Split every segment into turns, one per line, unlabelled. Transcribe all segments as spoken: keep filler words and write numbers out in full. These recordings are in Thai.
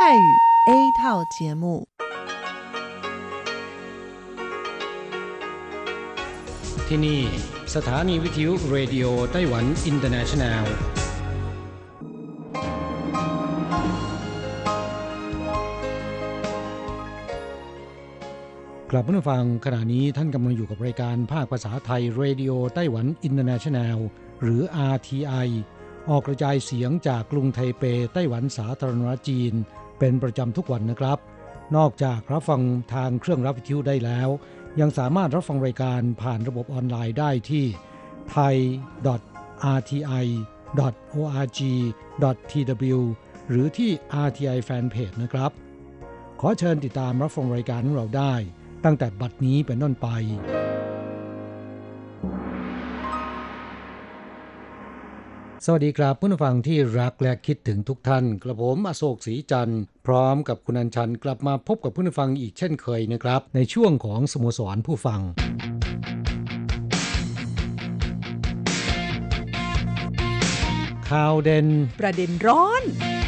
语 A 套节目。
ที่นี่สถานีวิทยุเรดิโอไต้หวันอินเตอร์เนชั่นแนลกลับมาฟังขณะนี้ท่านกำลังอยู่กับรายการภาคภาษาไทยเรดิโอไต้หวันอินเตอร์เนชั่นแนลหรือ อาร์ ที ไอ ออกกระจายเสียงจากกรุงไทเปไต้หวันสาธารณรัฐจีนเป็นประจำทุกวันนะครับนอกจากรับฟังทางเครื่องรับวิทยุได้แล้วยังสามารถรับฟังรายการผ่านระบบออนไลน์ได้ที่ ไทย ดอท อาร์ ที ไอ ดอท โอ อาร์ จี ดอท ที ดับเบิลยู หรือที่ อาร์ ที ไอ Fanpage นะครับขอเชิญติดตามรับฟังรายการของเราได้ตั้งแต่บัดนี้เป็นต้นไปสวัสดีครับผู้ฟังที่รักและคิดถึงทุกท่านกระผมอโศกศรีจันทร์พร้อมกับคุณอัญชันกลับมาพบกับผู้ฟังอีกเช่นเคยนะครับในช่วงของสโมสรผู้ฟังข่าวเด่น
ประเด็นร้อน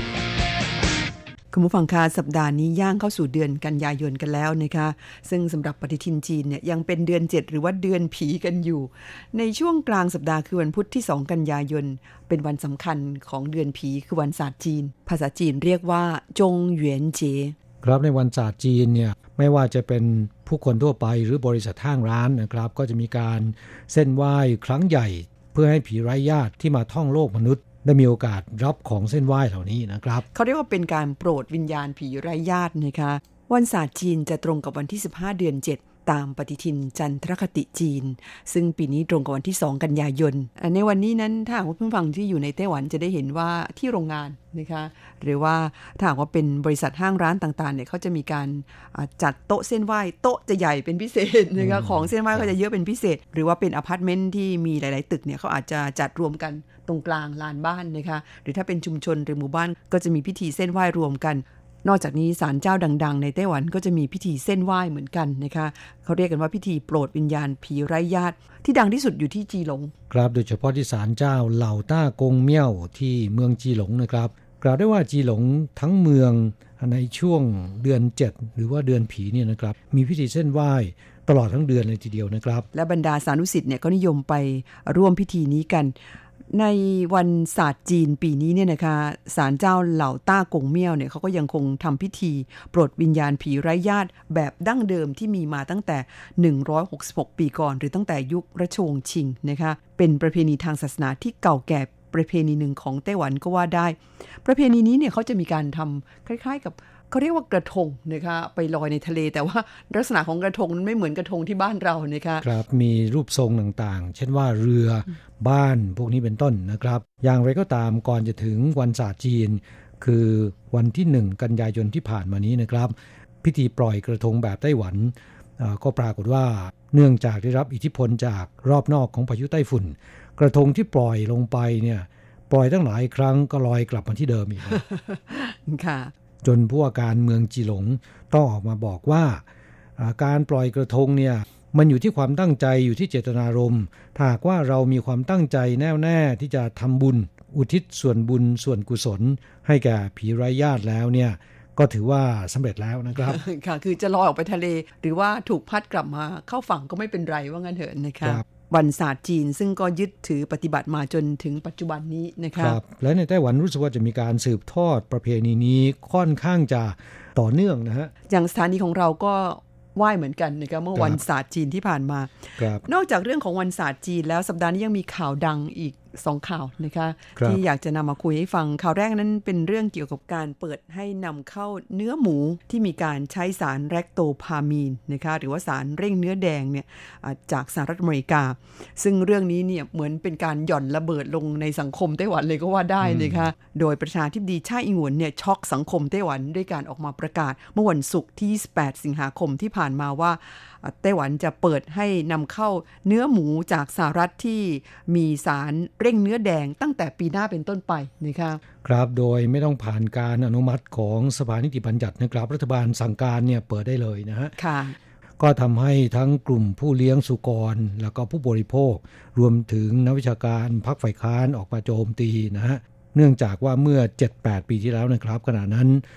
คุณผู้ฟังคะสัปดาห์นี้ย่างเข้าสู่เดือนกันยายนกันแล้วนะคะซึ่งสำหรับปฏิทินจีนเนี่ยยังเป็นเดือนเจ็ดหรือว่าเดือนผีกันอยู่ในช่วงกลางสัปดาห์คือวันพุธที่สองกันยายนเป็นวันสำคัญของเดือนผีคือวันศาสตร์จีนภาษาจีนเรียกว่าจงเหวียนเจ
ครับในวันศาสตร์จีนเนี่ยไม่ว่าจะเป็นผู้คนทั่วไปหรือบริษัทห้างร้านนะครับก็จะมีการเส้นไหว้ครั้งใหญ่เพื่อให้ผีไร้ญาติที่มาท่องโลกมนุษย์ได้มีโอกาสรับของเส้นไหว้เหล่านี้นะครับ
เขาเรียกว่าเป็นการโปรดวิญญาณผีไร้ญาตินะคะวันศาสตร์จีนจะตรงกับวันที่สิบห้าเดือนเจ็ดตามปฏิทินจันทรคติจีนซึ่งปีนี้ตรงกับวันที่สองกันยายนในวันนี้นั้นถ้าหากว่าผู้ฟังที่อยู่ในไต้หวันจะได้เห็นว่าที่โรงงานนะคะหรือว่าถ้าหากว่าเป็นบริษัทห้างร้านต่างๆเนี่ยเขาจะมีการจัดโต๊ะเส้นไหว้โต๊ะจะใหญ่เป็นพิเศษนะคะของเส้นไหว้ก็จะเยอะเป็นพิเศษหรือว่าเป็นอพาร์ตเมนต์ที่มีหลายๆตึกเนี่ยเขาอาจจะจัดรวมกันตรงกลางลานบ้านนะคะหรือถ้าเป็นชุมชนหรือหมู่บ้านก็จะมีพิธีเส้นไหว้รวมกันนอกจากนี้ศาลเจ้าดังๆในไต้หวันก็จะมีพิธีเส้นไหว้เหมือนกันนะคะเขาเรียกกันว่าพิธีโปรดวิญญาณผีไร้ญาติที่ดังที่สุดอยู่ที่จีหลง
ครับโดยเฉพาะที่ศาลเจ้าเหล่าต้ากงเมี่ยวที่เมืองจีหลงนะครับกล่าวได้ว่าจีหลงทั้งเมืองในช่วงเดือนเจ็ดหรือว่าเดือนผีเนี่ยนะครับมีพิธีเส้นไหว้ตลอดทั้งเดือนเลยทีเดียวนะครับ
และบรรดาสานุศิษย์เนี่ยก็นิยมไปร่วมพิธีนี้กันในวันศาสตร์จีนปีนี้เนี่ยนะคะศาลเจ้าเหล่าต้ากงเมี่ยวเนี่ยเขาก็ยังคงทำพิธีโปรดวิญญาณผีไร้ญาติแบบดั้งเดิมที่มีมาตั้งแต่หนึ่งร้อยหกสิบหกปีก่อนหรือตั้งแต่ยุคราชวงศ์ชิงนะคะเป็นประเพณีทางศาสนาที่เก่าแก่ประเพณีหนึ่งของไต้หวันก็ว่าได้ประเพณีนี้เนี่ยเขาจะมีการทำคล้ายๆกับเขาเรียกว่ากระทงนะคะไปลอยในทะเลแต่ว่าลักษณะของกระทงนั้นไม่เหมือนกระทงที่บ้านเรานะคะ
ครับมีรูปทรงต่างๆเช่นว่าเรือบ้านพวกนี้เป็นต้นนะครับอย่างไรก็ตามก่อนจะถึงวันศาสตร์จีนคือวันที่หนึ่งกันยายนที่ผ่านมานี้นะครับพิธีปล่อยกระทงแบบไต้หวันก็ปรากฏว่าเนื่องจากได้รับอิทธิพลจากรอบนอกของพายุไต้ฝุ่นกระทงที่ปล่อยลงไปเนี่ยปล่อยตั้งหลายครั้งก็ลอยกลับมาที่เดิมอีก
ค่ะ
จนผู้ว่าการเมืองจีหลงต้องออกมาบอกว่าการปล่อยกระทงเนี่ยมันอยู่ที่ความตั้งใจอยู่ที่เจตนารมณ์ถ้าหากว่าเรามีความตั้งใจแน่วแน่ที่จะทำบุญอุทิศส่วนบุญส่วนกุศลให้แก่ผีไร้ญาติแล้วเนี่ยก็ถือว่าสำเร็จแล้วนะครับ
ค่ะคือจะลอยออกไปทะเลหรือว่าถูกพัดกลับมาเข้าฝั่งก็ไม่เป็นไรว่างั้นเถอะนะคะวันศาสตร์จีนซึ่งก็ยึดถือปฏิบัติมาจนถึงปัจจุบันนี้นะคะ
ครับและในไต้หวันรู้สึกว่าจะมีการสืบทอดประเพณีนี้ค่อนข้างจะต่อเนื่องนะฮะ
อย่างสถานีของเราก็ไหว้เหมือนกันนะคะเมื่อวันศาสตร์จีนที่ผ่านมานอกจากเรื่องของวันศาสตร์จีนแล้วสัปดาห์นี้ยังมีข่าวดังอีกสองข่าวนะคะที่อยากจะนำมาคุยให้ฟังข่าวแรกนั้นเป็นเรื่องเกี่ยวกับการเปิดให้นำเข้าเนื้อหมูที่มีการใช้สารแรคโตพามีนนะคะหรือว่าสารเร่งเนื้อแดงเนี่ยจากสหรัฐอเมริกาซึ่งเรื่องนี้เนี่ยเหมือนเป็นการหย่อนระเบิดลงในสังคมไต้หวันเลยก็ว่าได้นะคะโดยประธานาธิบดีช่าอิงหวนเนี่ยช็อกสังคมไต้หวันด้วยการออกมาประกาศเมื่อวันศุกร์ที่ยี่สิบแปดสิงหาคมที่ผ่านมาว่าไต้หวันจะเปิดให้นำเข้าเนื้อหมูจากสหรัฐที่มีสารเร่งเนื้อแดงตั้งแต่ปีหน้าเป็นต้นไปนะคะ
ครับโดยไม่ต้องผ่านการอนุมัติของสภานิติบัญญัตินะครับรัฐบาลสั่งการเนี่ยเปิดได้เลยนะฮะ
ค่ะ
ก็ทำให้ทั้งกลุ่มผู้เลี้ยงสุกรแล้วก็ผู้บริโภครวมถึงนักวิชาการพรรคฝ่ายค้านออกมาโจมตีนะฮะเนื่องจากว่าเมื่อ เจ็ดแปด ปีที่แล้วนะครับขณะนั้น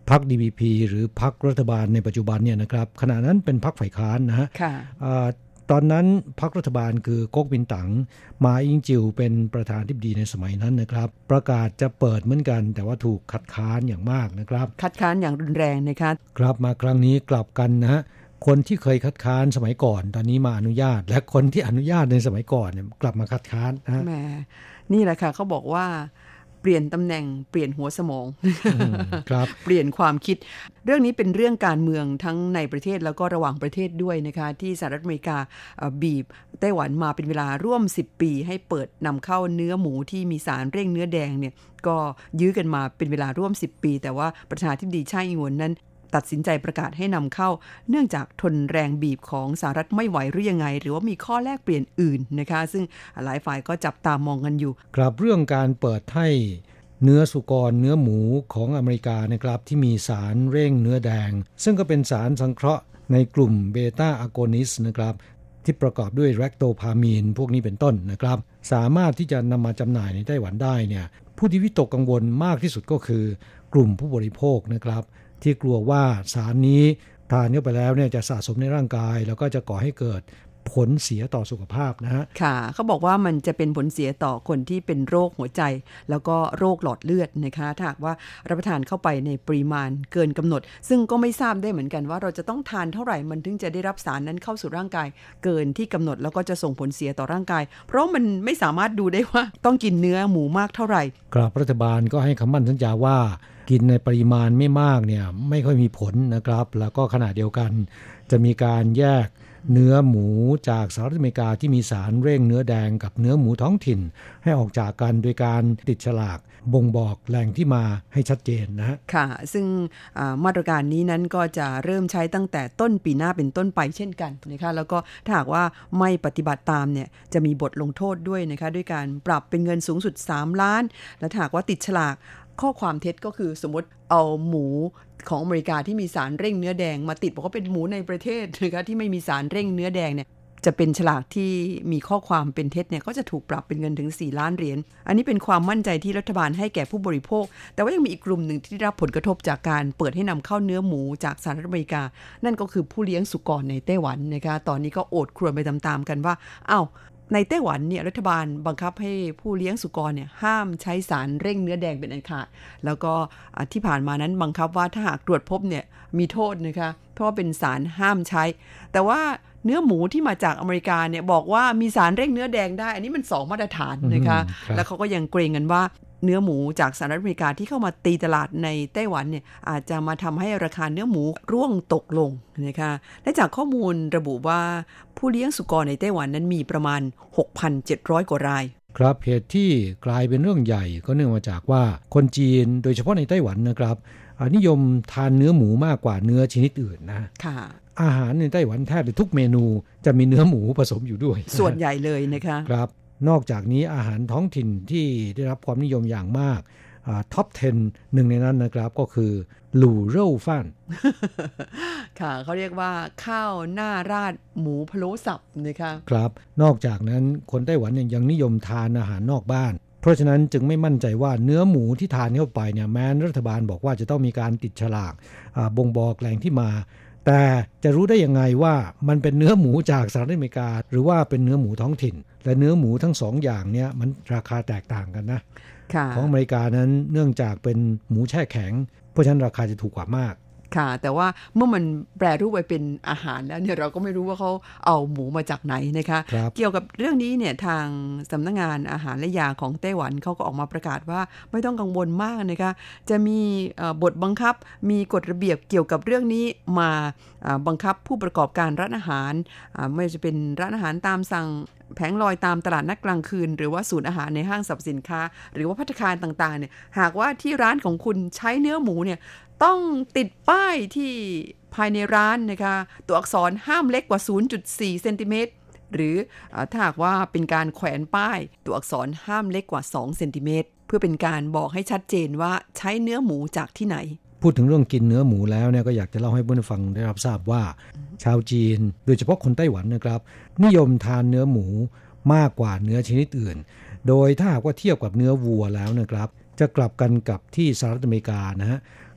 พรรค ดี พี พี หรือพรรครัฐบาลในปัจจุบันเนี่ยนะครับขณะนั้นเป็นพรรคฝ่ายค้านนะฮะตอนนั้นพรรครัฐบาลคือก๊กมินตั๋งมาอิงจิวเป็นประธานธิบดีในสมัยนั้นนะครับประกาศจะเปิดเหมือนกันแต่ว่าถูกคัดค้านอย่างมากนะครับ
คัดค้านอย่างรุนแรงนะคะ
ครับมาครั้งนี้กลับกันนะฮะคนที่เคยคัดค้านสมัยก่อนตอนนี้มาอนุญาตและคนที่อนุญาตในสมัยก่อนเนี่ยกลับมาคัดค้านนะ
แหมนี่แหละค่ะเขาบอกว่าเปลี่ยนตำแหน่งเปลี่ยนหัวสมอง
ครับ
เปลี่ยนความคิดเรื่องนี้เป็นเรื่องการเมืองทั้งในประเทศแล้วก็ระหว่างประเทศด้วยนะคะที่สหรัฐอเมริกาบีบไต้หวันมาเป็นเวลาร่วมสิบปีให้เปิดนำเข้าเนื้อหมูที่มีสารเร่งเนื้อแดงเนี่ยก็ยื้อกันมาเป็นเวลาร่วมสิบปีแต่ว่าประธานาธิบดีไช่อิงหวนนั้นตัดสินใจประกาศให้นำเข้าเนื่องจากทนแรงบีบของสหรัฐไม่ไหวหรือยังไงหรือว่ามีข้อแลกเปลี่ยนอื่นนะคะซึ่งหลายฝ่ายก็จับตามองกันอยู่
ครับเรื่องการเปิดให้เนื้อสุกรเนื้อหมูของอเมริกานะครับที่มีสารเร่งเนื้อแดงซึ่งก็เป็นสารสังเคราะห์ในกลุ่มเบต้าอะโกนิสนะครับที่ประกอบด้วยแรคโตพามีนพวกนี้เป็นต้นนะครับสามารถที่จะนำมาจำหน่ายในไต้หวันได้เนี่ยผู้ที่วิตกกังวลมากที่สุดก็คือกลุ่มผู้บริโภคนะครับที่กลัวว่าสารนี้ทานเข้าไปแล้วเนี่ยจะสะสมในร่างกายแล้วก็จะก่อให้เกิดผลเสียต่อสุขภาพนะฮะ
ค่ะเขาบอกว่ามันจะเป็นผลเสียต่อคนที่เป็นโรคหัวใจแล้วก็โรคหลอดเลือดนะคะถ้าหากว่ารับประทานเข้าไปในปริมาณเกินกำหนดซึ่งก็ไม่ทราบได้เหมือนกันว่าเราจะต้องทานเท่าไหร่มันถึงจะได้รับสารนั้นเข้าสู่ร่างกายเกินที่กำหนดแล้วก็จะส่งผลเสียต่อร่างกายเพราะมันไม่สามารถดูได้ว่าต้องกินเนื้อหมูมากเท่าไหร่
ครับรัฐบาลก็ให้คำมั่นสัญญาว่ากินในปริมาณไม่มากเนี่ยไม่ค่อยมีผลนะครับแล้วก็ขณะเดียวกันจะมีการแยกเนื้อหมูจากสหรัฐอเมริกาที่มีสารเร่งเนื้อแดงกับเนื้อหมูท้องถิ่นให้ออกจากกันโดยการติดฉลากบ่งบอกแหล่งที่มาให้ชัดเจนนะฮะ
ค่ะซึ่งมาตรการนี้นั้นก็จะเริ่มใช้ตั้งแต่ต้นปีหน้าเป็นต้นไปเช่นกันนะคะแล้วก็ถ้าหากว่าไม่ปฏิบัติตามเนี่ยจะมีบทลงโทษด้วยนะคะด้วยการปรับเป็นเงินสูงสุดสามล้านและถ้าหากว่าติดฉลากข้อความเท็จก็คือสมมติเอาหมูของอเมริกาที่มีสารเร่งเนื้อแดงมาติดบอกว่าเป็นหมูในประเทศนะคะที่ไม่มีสารเร่งเนื้อแดงเนี่ยจะเป็นฉลากที่มีข้อความเป็นเท็จเนี่ยก็จะถูกปรับเป็นเงินถึงสี่ล้านเหรียญอันนี้เป็นความมั่นใจที่รัฐบาลให้แก่ผู้บริโภคแต่ว่ายังมีอีกกลุ่มหนึ่งที่ได้รับผลกระทบจากการเปิดให้นำเข้าเนื้อหมูจากสหรัฐอเมริกานั่นก็คือผู้เลี้ยงสุกรในไต้หวันนะคะตอนนี้ก็โอดครวญไปตามๆกันว่าอ้าวในไต้หวันเนี่ยรัฐบาลบังคับให้ผู้เลี้ยงสุกรเนี่ยห้ามใช้สารเร่งเนื้อแดงเป็นอันขาดแล้วก็ที่ผ่านมานั้นบังคับว่าถ้าหากตรวจพบเนี่ยมีโทษนะคะเพราะว่าเป็นสารห้ามใช้แต่ว่าเนื้อหมูที่มาจากอเมริกาเนี่ยบอกว่ามีสารเร่งเนื้อแดงได้อันนี้มันสองมาตรฐานนะคะแล้วเขาก็ยังเกรงกันว่าเนื้อหมูจากสหรัฐอเมริกาที่เข้ามาตีตลาดในไต้หวันเนี่ยอาจจะมาทำให้ราคาเนื้อหมูร่วงตกลงนะคะและจากข้อมูลระบุว่าผู้เลี้ยงสุกรในไต้หวันนั้นมีประมาณ หกพันเจ็ดร้อย กว่าราย
ครับเหตุที่กลายเป็นเรื่องใหญ่ก็เนื่องมาจากว่าคนจีนโดยเฉพาะในไต้หวันนะครับนิยมทานเนื้อหมูมากกว่าเนื้อชนิดอื่นนะ
ค่ะ
อาหารในไต้หวันแทบจะทุกเมนูจะมีเนื้อหมูผสมอยู่ด้วย
ส่วนใหญ่เลยนะคะ
ครับนอกจากนี้อาหารท้องถิ่นที่ได้รับความนิยมอย่างมากท็อปสิบหนึ่งในนั้นนะครับก็คือหลู่เร่าฟ่าน
ค่ะเขาเรียกว่าข้าวหน้าราดหมูพะโล้สับนะคะ
ครับนอกจากนั้นคนไต้หวันยังนิยมทานอาหารนอกบ้านเพราะฉะนั้นจึงไม่มั่นใจว่าเนื้อหมูที่ทานเข้าไปเนี่ยแม้รัฐบาลบอกว่าจะต้องมีการติดฉลากบ่งบอกแหล่งที่มาแต่จะรู้ได้ยังไงว่ามันเป็นเนื้อหมูจากสหรัฐอเมริกาหรือว่าเป็นเนื้อหมูท้องถิ่นและเนื้อหมูทั้งสองอย่างเนี่ยมันราคาแตกต่างกันนะของอเมริกานั้นเนื่องจากเป็นหมูแช่แข็งเพราะฉะนั้นราคาจะถูกกว่ามาก
ค่ะแต่ว่าเมื่อมันแปรรูปไปเป็นอาหารแล้วเนี่ยเราก็ไม่รู้ว่าเขาเอาหมูมาจากไหนนะคะเกี่ยวกับเรื่องนี้เนี่ยทางสำนักงานอาหารและยาของไต้หวันเขาก็ออกมาประกาศว่าไม่ต้องกังวลมากนะคะจะมีบทบังคับมีกฎระเบียบเกี่ยวกับเรื่องนี้มาบังคับผู้ประกอบการร้านอาหารไม่ว่าจะเป็นร้านอาหารตามสั่งแผงลอยตามตลาดนัดกลางคืนหรือว่าศูนย์อาหารในห้างสรรพสินค้าหรือว่าภัตตาคารต่างๆเนี่ยหากว่าที่ร้านของคุณใช้เนื้อหมูเนี่ยต้องติดป้ายที่ภายในร้านนะคะตัวอักษรห้ามเล็กกว่า ศูนย์จุดสี่ เซนติเมตรหรือถ้าหากว่าเป็นการแขวนป้ายตัวอักษรห้ามเล็กกว่าสองเซนติเมตรเพื่อเป็นการบอกให้ชัดเจนว่าใช้เนื้อหมูจากที่ไหน
พูดถึงเรื่องกินเนื้อหมูแล้วเนี่ยก็อยากจะเล่าให้ผู้ฟังได้รับทราบว่าชาวจีนโดยเฉพาะคนไต้หวันนะครับนิยมทานเนื้อหมูมากกว่าเนื้อชนิดอื่นโดยถ้าหากว่าเทียบกับเนื้อวัวแล้วนะครับจะกลับกันกับที่สหรัฐอเมริกานะฮะ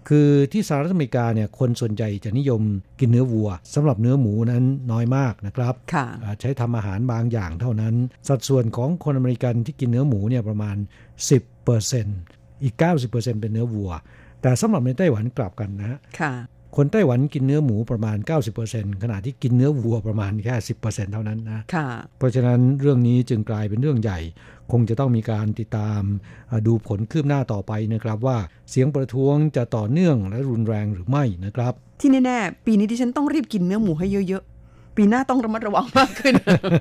คือที่สหรัฐอเมริกาเนี่ยคนส่วนใหญ่จะนิยมกินเนื้อวัวสำหรับเนื้อหมูนั้นน้อยมากนะครับใช้ทำอาหารบางอย่างเท่านั้นสัดส่วนของคนอเมริกันที่กินเนื้อหมูเนี่ยประมาณ สิบเปอร์เซ็นต์ อีก เก้าสิบเปอร์เซ็นต์ เป็นเนื้อวัวแต่สำหรับในไต้หวันกลับกันนะคนไต้หวันกินเนื้อหมูประมาณ เก้าสิบเปอร์เซ็นต์ ขณะที่กินเนื้อวัวประมาณแค่ สิบเปอร์เซ็นต์ เท่านั้นนะเพราะฉะนั้นเรื่องนี้จึงกลายเป็นเรื่องใหญ่คงจะต้องมีการติดตามดูผลคืบหน้าต่อไปนะครับว่าเสียงประท้วงจะต่อเนื่องและรุนแรงหรือไม่นะครับ
ที่แน่ๆปีนี้ดิฉันต้องรีบกินเนื้อหมูให้เยอะๆปีหน้าต้องระมัดระวังมากขึ้น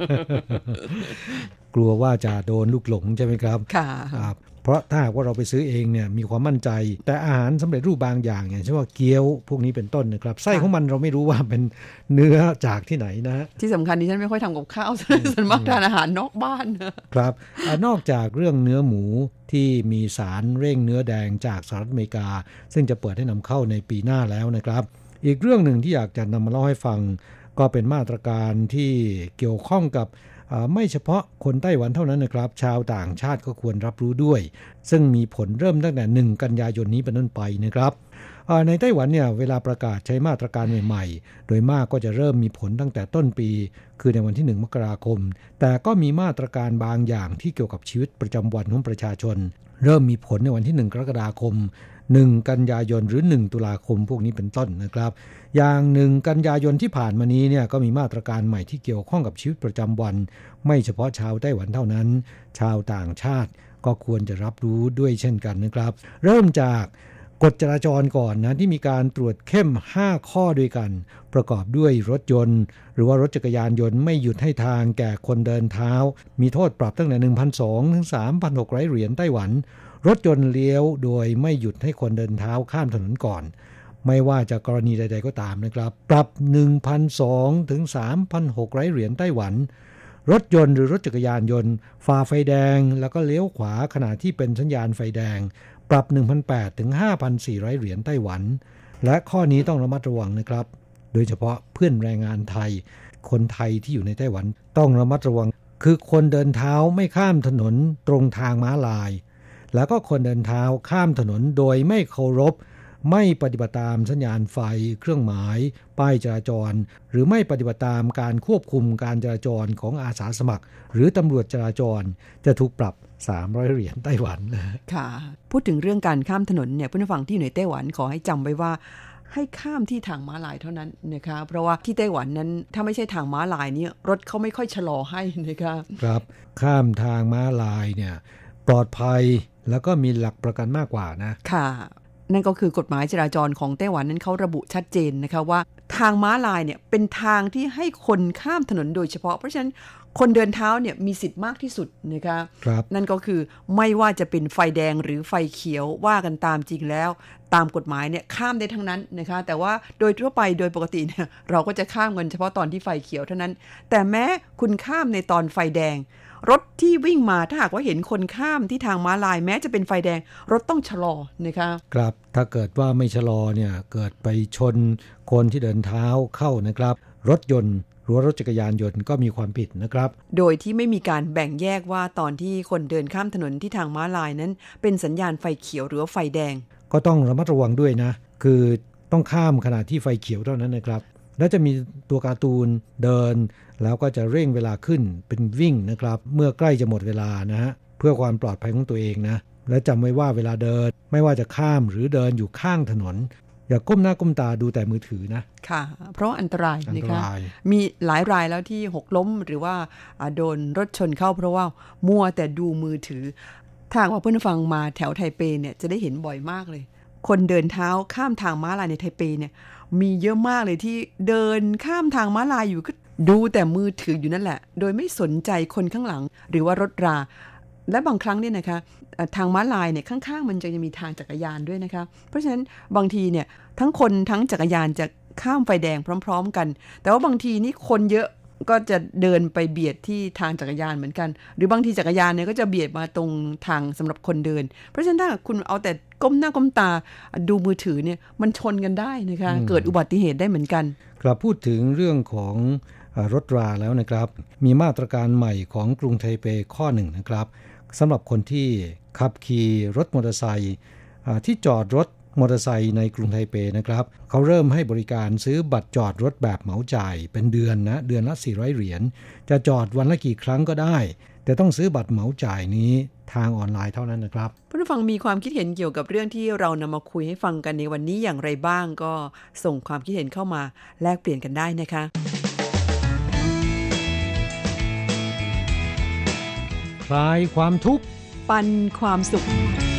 กลัวว่าจะโดนลูกหลงใช่ไหมครับ
ค่ะ
เพราะถ้าว่าเราไปซื้อเองเนี่ยมีความมั่นใจแต่อาหารสำเร็จรูปบางอย่างอย่างเช่นว่าเกี๊ยวพวกนี้เป็นต้นนะครับไส้ของมันเราไม่รู้ว่าเป็นเนื้อจากที่ไหนนะ
ที่สำคัญดิฉันไม่ค่อยทำกับข้าวส่วนมากทานอาหารนอกบ้าน
ครับนอกจากเรื่องเนื้อหมูที่มีสารเร่งเนื้อแดงจากสหรัฐอเมริกาซึ่งจะเปิดให้นำเข้าในปีหน้าแล้วนะครับอีกเรื่องหนึ่งที่อยากจะนำมาเล่าให้ฟังก็เป็นมาตรการที่เกี่ยวข้องกับไม่เฉพาะคนไต้หวันเท่านั้นนะครับชาวต่างชาติก็ควรรับรู้ด้วยซึ่งมีผลเริ่มตั้งแต่หนึ่งกันยายนนี้เป็นต้นไปนะครับในไต้หวันเนี่ยเวลาประกาศใช้มาตรการใหม่ๆโดยมากก็จะเริ่มมีผลตั้งแต่ต้นปีคือในวันที่หนึ่งมกราคมแต่ก็มีมาตรการบางอย่างที่เกี่ยวกับชีวิตประจำวันของประชาชนเริ่มมีผลในวันที่หนึ่งกรกฎาคมหนึ่งกันยายนหรือหนึ่งตุลาคมพวกนี้เป็นต้นนะครับอย่างหนึ่งกันยายนที่ผ่านมานี้เนี่ยก็มีมาตรการใหม่ที่เกี่ยวข้องกับชีวิตประจำวันไม่เฉพาะชาวไต้หวันเท่านั้นชาวต่างชาติก็ควรจะรับรู้ด้วยเช่นกันนะครับเริ่มจากกฎจราจรก่อนนะที่มีการตรวจเข้มห้าข้อด้วยกันประกอบด้วยรถยนต์หรือว่ารถจักรยานยนต์ไม่หยุดให้ทางแก่คนเดินเท้ามีโทษปรับตั้งแต่ หนึ่งพันสองร้อย ถึง สามพันหกร้อย เหรียญไต้หวันรถยนต์เลี้ยวโดยไม่หยุดให้คนเดินเท้าข้ามถนนก่อนไม่ว่าจะกรณีใดๆก็ตามนะครับปรับ หนึ่งพันสองร้อย ถึง สามพันหกร้อย เหรียญไต้หวันรถยนต์หรือรถจักรยานยนต์ฝ่าไฟแดงแล้วก็เลี้ยวขวาขณะที่เป็นสัญญาณไฟแดงปรับ หนึ่งพันแปดร้อย ถึง ห้าพันสี่ร้อย เหรียญไต้หวันและข้อนี้ต้องระมัดระวังนะครับโดยเฉพาะเพื่อนแรงงานไทยคนไทยที่อยู่ในไต้หวันต้องระมัดระวังคือคนเดินเท้าไม่ข้ามถนนตรงทางม้าลายแล้วก็คนเดินเท้าข้ามถนนโดยไม่เคารพไม่ปฏิบัติตามสัญญาณไฟเครื่องหมายป้ายจราจรหรือไม่ปฏิบัติตามการควบคุมการจราจรของอาสาสมัครหรือตำรวจจราจรจะถูกปรับสามร้อยเหรียญไต้หวัน
ค่ะพูดถึงเรื่องการข้ามถนนเนี่ยผู้ฟังที่อยู่ในไต้หวันขอให้จำไว้ว่าให้ข้ามที่ทางม้าลายเท่านั้นนะคะเพราะว่าที่ไต้หวันนั้นถ้าไม่ใช่ทางม้าลายเนี่ยรถเขาไม่ค่อยชะลอให้นะคะ
ครับข้ามทางม้าลายเนี่ยปลอดภัยแล้วก็มีหลักประกันมากกว่านะ
ค่ะนั่นก็คือกฎหมายจราจรของไต้หวันนั้นเขาระบุชัดเจนนะคะว่าทางม้าลายเนี่ยเป็นทางที่ให้คนข้ามถนนโดยเฉพาะเพราะฉะนั้นคนเดินเท้าเนี่ยมีสิทธิ์มากที่สุดนะคะ
ครับ
นั่นก็คือไม่ว่าจะเป็นไฟแดงหรือไฟเขียวว่ากันตามจริงแล้วตามกฎหมายเนี่ยข้ามได้ทั้งนั้นนะคะแต่ว่าโดยทั่วไปโดยปกติเนี่ยเราก็จะข้ามกันเฉพาะตอนที่ไฟเขียวเท่านั้นแต่แม้คุณข้ามในตอนไฟแดงรถที่วิ่งมาถ้าหากว่าเห็นคนข้ามที่ทางม้าลายแม้จะเป็นไฟแดงรถต้องชะลอนะคะ
ครับถ้าเกิดว่าไม่ชะลอเนี่ยเกิดไปชนคนที่เดินเท้าเข้านะครับรถยนต์หรือรถจักรยานยนต์ก็มีความผิดนะครับ
โดยที่ไม่มีการแบ่งแยกว่าตอนที่คนเดินข้ามถนนที่ทางม้าลายนั้นเป็นสัญญาณไฟเขียวหรือไฟแดง
ก็ต้องระมัดระวังด้วยนะคือต้องข้ามขณะที่ไฟเขียวเท่านั้นนะครับแล้วจะมีตัวการ์ตูนเดินแล้วก็จะเร่งเวลาขึ้นเป็นวิ่งนะครับเมื่อใกล้จะหมดเวลานะฮะเพื่อความปลอดภัยของตัวเองนะและจำไว้ว่าเวลาเดินไม่ว่าจะข้ามหรือเดินอยู่ข้างถนนอย่าก้มหน้าก้มตาดูแต่มือถือนะ
ค่ะเพราะอันตรายนะคะมีหลายรายแล้วที่หกล้มหรือว่าโดนรถชนเข้าเพราะว่ามัวแต่ดูมือถือถ้าว่าเพื่อนฟังมาแถวไทเปเนี่ยจะได้เห็นบ่อยมากเลยคนเดินเท้าข้ามทางม้าลายในไทเปเนี่ยมีเยอะมากเลยที่เดินข้ามทางม้าลายอยู่ก็ดูแต่มือถืออยู่นั่นแหละโดยไม่สนใจคนข้างหลังหรือว่ารถราและบางครั้งเนี่ยนะคะทางม้าลายเนี่ยข้างๆมันจะมีทางจักรยานด้วยนะคะเพราะฉะนั้นบางทีเนี่ยทั้งคนทั้งจักรยานจะข้ามไฟแดงพร้อมๆกันแต่ว่าบางทีนี่คนเยอะก็จะเดินไปเบียดที่ทางจักรยานเหมือนกันหรือบางทีจักรยานเนี่ยก็จะเบียดมาตรงทางสำหรับคนเดินเพราะฉะนั้นถ้าคุณเอาแต่ก้มหน้าก้มตาดูมือถือเนี่ยมันชนกันได้นะคะเกิดอุบัติเหตุได้เหมือนกัน
กลับพูดถึงเรื่องของรถราแล้วนะครับมีมาตรการใหม่ของกรุงไทเปข้อหนึ่งนะครับสำหรับคนที่ขับขี่รถมอเตอร์ไซค์ที่จอดรถมอเตอร์ไซค์ในกรุงไทเปนะครับเขาเริ่มให้บริการซื้อบัตรจอดรถแบบเหมาจ่ายเป็นเดือนนะเดือนละสี่ร้อยเหรียญจะจอดวันละกี่ครั้งก็ได้แต่ต้องซื้อบัตรเหมาจ่ายนี้ทางออนไลน์เท่านั้นนะครับ
ผู้ฟังมีความคิดเห็นเกี่ยวกับเรื่องที่เรานำมาคุยให้ฟังกันในวันนี้อย่างไรบ้างก็ส่งความคิดเห็นเข้ามาแลกเปลี่ยนกันได้นะคะ
คลายความทุกข์
ปันความสุข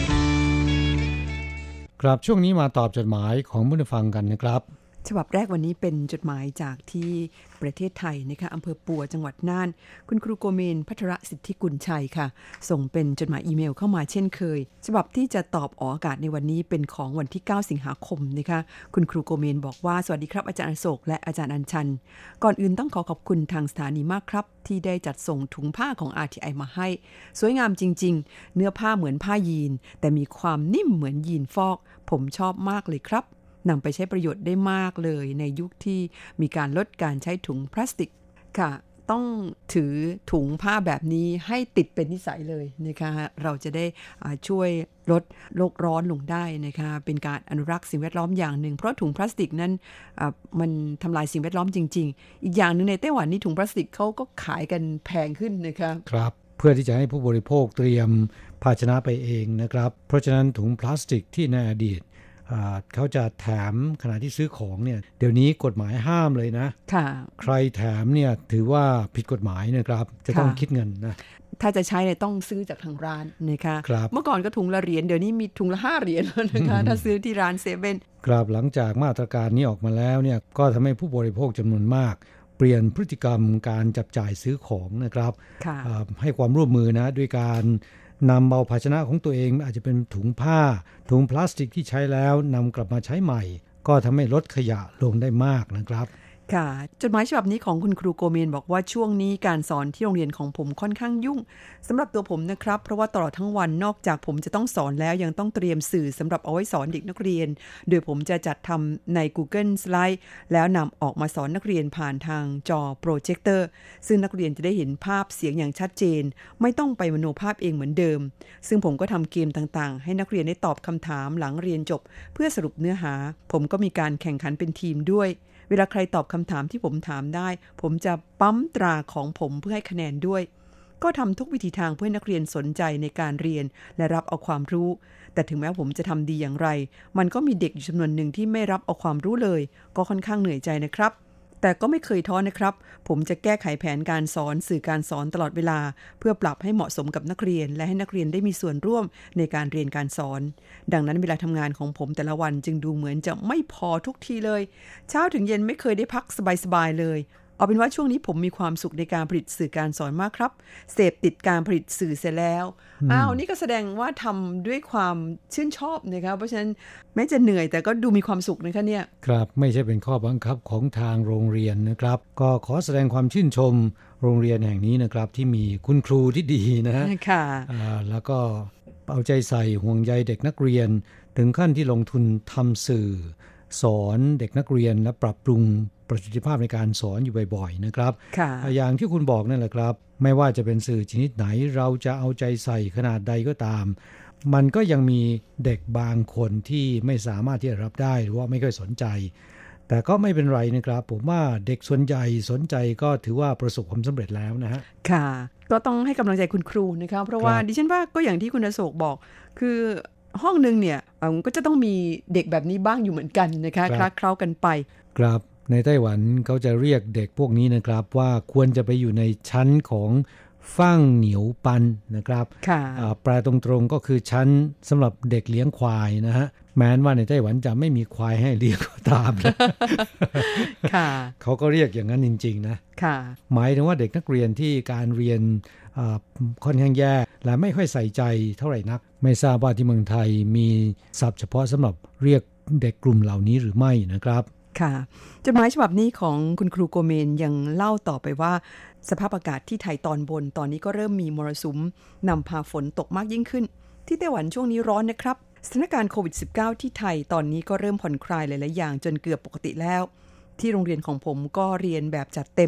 ครับช่วงนี้มาตอบจดหมายของผู้ฟังกันนะครับ
ฉบับแรกวันนี้เป็นจดหมายจากที่ประเทศไทยนะคะอำเภอปัวจังหวัดน่านคุณครูโกเมนภัทรสิทธิกุลชัยค่ะส่งเป็นจดหมายอีเมลเข้ามาเช่นเคยฉบับที่จะตอบออกอากาศในวันนี้เป็นของวันที่เก้าสิงหาคมนะคะคุณครูโกเมนบอกว่าสวัสดีครับอาจารย์อโศกและอาจารย์อัญชันก่อนอื่นต้องขอขอบคุณทางสถานีมากครับที่ได้จัดส่งถุงผ้าของ อาร์ ที ไอ มาให้สวยงามจริงๆเนื้อผ้าเหมือนผ้ายีนแต่มีความนิ่มเหมือนยีนฟอกผมชอบมากเลยครับนำไปใช้ประโยชน์ได้มากเลยในยุคที่มีการลดการใช้ถุงพลาสติกค่ะต้องถือถุงผ้าแบบนี้ให้ติดเป็นนิสัยเลยนะคะเราจะได้ช่วยลดโลกร้อนลงได้นะคะเป็นการอนุรักษ์สิ่งแวดล้อมอย่างหนึ่งเพราะถุงพลาสติกนั้นมันทำลายสิ่งแวดล้อมจริงๆอีกอย่างนึงในไต้หวันนี่ถุงพลาสติกเขาก็ขายกันแพงขึ้นนะคะ
ครับเพื่อที่จะให้ผู้บริโภคเตรียมภาชนะไปเองนะครับเพราะฉะนั้นถุงพลาสติกที่ในอดีตเขาจะแถมขณะที่ซื้อของเนี่ยเดี๋ยวนี้กฎหมายห้ามเลยนะใครแถมเนี่ยถือว่าผิดกฎหมายนะครับจะต้องคิดเงินนะ
ถ้าจะใช้เนี่ยต้องซื้อจากทางร้านนะคะเมื่อก่อนก็ถุงละเหรียญเดี๋ยวนี้มีถุงละห้าเหรียญแล้วนะคะถ้าซื้อที่ร้านเซเว่น
ครับหลังจากมาตรการนี้ออกมาแล้วเนี่ยก็ทำให้ผู้บริโภคจำนวนมากเปลี่ยนพฤติกรรมการจับจ่ายซื้อของนะครับให้ความร่วมมือนะด้วยการนำเอาภาชนะของตัวเองอาจจะเป็นถุงผ้าถุงพลาสติกที่ใช้แล้วนำกลับมาใช้ใหม่ก็ทำให้ลดขยะลงได้มากนะครับ
ค่ะจดหมายฉบับนี้ของคุณครูโกเมนบอกว่าช่วงนี้การสอนที่โรงเรียนของผมค่อนข้างยุ่งสำหรับตัวผมนะครับเพราะว่าตลอดทั้งวันนอกจากผมจะต้องสอนแล้วยังต้องเตรียมสื่อสำหรับเอาไว้สอนเด็กนักเรียนโดยผมจะจัดทำใน Google Slide แล้วนำออกมาสอนนักเรียนผ่านทางจอโปรเจคเตอร์ซึ่งนักเรียนจะได้เห็นภาพเสียงอย่างชัดเจนไม่ต้องไปมโนภาพเองเหมือนเดิมซึ่งผมก็ทำเกมต่างๆให้นักเรียนได้ตอบคำถามหลังเรียนจบเพื่อสรุปเนื้อหาผมก็มีการแข่งขันเป็นทีมด้วยเวลาใครตอบคำถามที่ผมถามได้ผมจะปั๊มตราของผมเพื่อให้คะแนนด้วยก็ทำทุกวิธีทางเพื่อให้นักเรียนสนใจในการเรียนและรับเอาความรู้แต่ถึงแม้ผมจะทำดีอย่างไรมันก็มีเด็กอยู่จำนวนหนึ่งที่ไม่รับเอาความรู้เลยก็ค่อนข้างเหนื่อยใจนะครับแต่ก็ไม่เคยท้อนะครับผมจะแก้ไขแผนการสอนสื่อการสอนตลอดเวลาเพื่อปรับให้เหมาะสมกับนักเรียนและให้นักเรียนได้มีส่วนร่วมในการเรียนการสอนดังนั้นเวลาทำงานของผมแต่ละวันจึงดูเหมือนจะไม่พอทุกทีเลยเช้าถึงเย็นไม่เคยได้พักสบายๆเลยเอาเป็นว่าช่วงนี้ผมมีความสุขในการผลิตสื่อการสอนมากครับเสพติดการผลิตสื่อเสร็จแล้วอ้าวนี่ก็แสดงว่าทำด้วยความชื่นชอบนะครับเพราะฉะนั้นแม้จะเหนื่อยแต่ก็ดูมีความสุขนะคะเนี่ย
ครับไม่ใช่เป็นข้อบังคับของทางโรงเรียนนะครับก็ขอแสดงความชื่นชมโรงเรียนแห่งนี้นะครับที่มีคุณครูที่ดีนะ
ค่ะ
แล้วก็เอาใจใส่ห่วงใยเด็กนักเรียนถึงขั้นที่ลงทุนทำสื่อสอนเด็กนักเรียนและปรับปรุงประสิทธิภาพในการสอนอยู่บ่อยๆนะครับอย่างที่คุณบอกนั่นแหละครับไม่ว่าจะเป็นสื่อชนิดไหนเราจะเอาใจใส่ขนาดใดก็ตามมันก็ยังมีเด็กบางคนที่ไม่สามารถที่จะรับได้หรือว่าไม่ค่อยสนใจแต่ก็ไม่เป็นไรนะครับผมว่าเด็กส่วนใหญ่สนใจก็ถือว่าประสบความสำเร็จแล้วนะฮะ
ค่ะก็ต้องให้กำลังใจคุณครูนะครับเพราะว่าดิฉันว่าก็อย่างที่คุณอโศกบอกคือห้องนึงเนี่ยก็จะต้องมีเด็กแบบนี้บ้างอยู่เหมือนกันนะคะคลาเคล้ากันไป
ครับในไต้หวันเขาจะเรียกเด็กพวกนี้นะครับว่าควรจะไปอยู่ในชั้นของฟ่างเหนียวปันนะครับแปลตรงๆก็คือชั้นสำหรับเด็กเลี้ยงควายนะฮะแม้ว่าในไต้หวันจะไม่มีควายให้เลี้ยงก็ตามนะ เขาก็เรียกอย่างนั้นจริงๆนะหมายถึงว่าเด็กนักเรียนที่การเรียนค่อนข้างแย่และไม่ค่อยใส่ใจเท่าไหร่นักไม่ทราบว่าที่เมืองไทยมีศัพท์เฉพาะสำหรับเรียกเด็กกลุ่มเหล่านี้หรือไม่นะครับ
ค่ะจดหมายฉบับนี้ของคุณครูโกเมนยังเล่าต่อไปว่าสภาพอากาศที่ไทยตอนบนตอนนี้ก็เริ่มมีมรสุมนำพาฝนตกมากยิ่งขึ้นที่ไต้หวันช่วงนี้ร้อนนะครับสถานการณ์โควิด สิบเก้า ที่ไทยตอนนี้ก็เริ่มผ่อนคลายหลายๆอย่างจนเกือบปกติแล้วที่โรงเรียนของผมก็เรียนแบบจัดเต็ม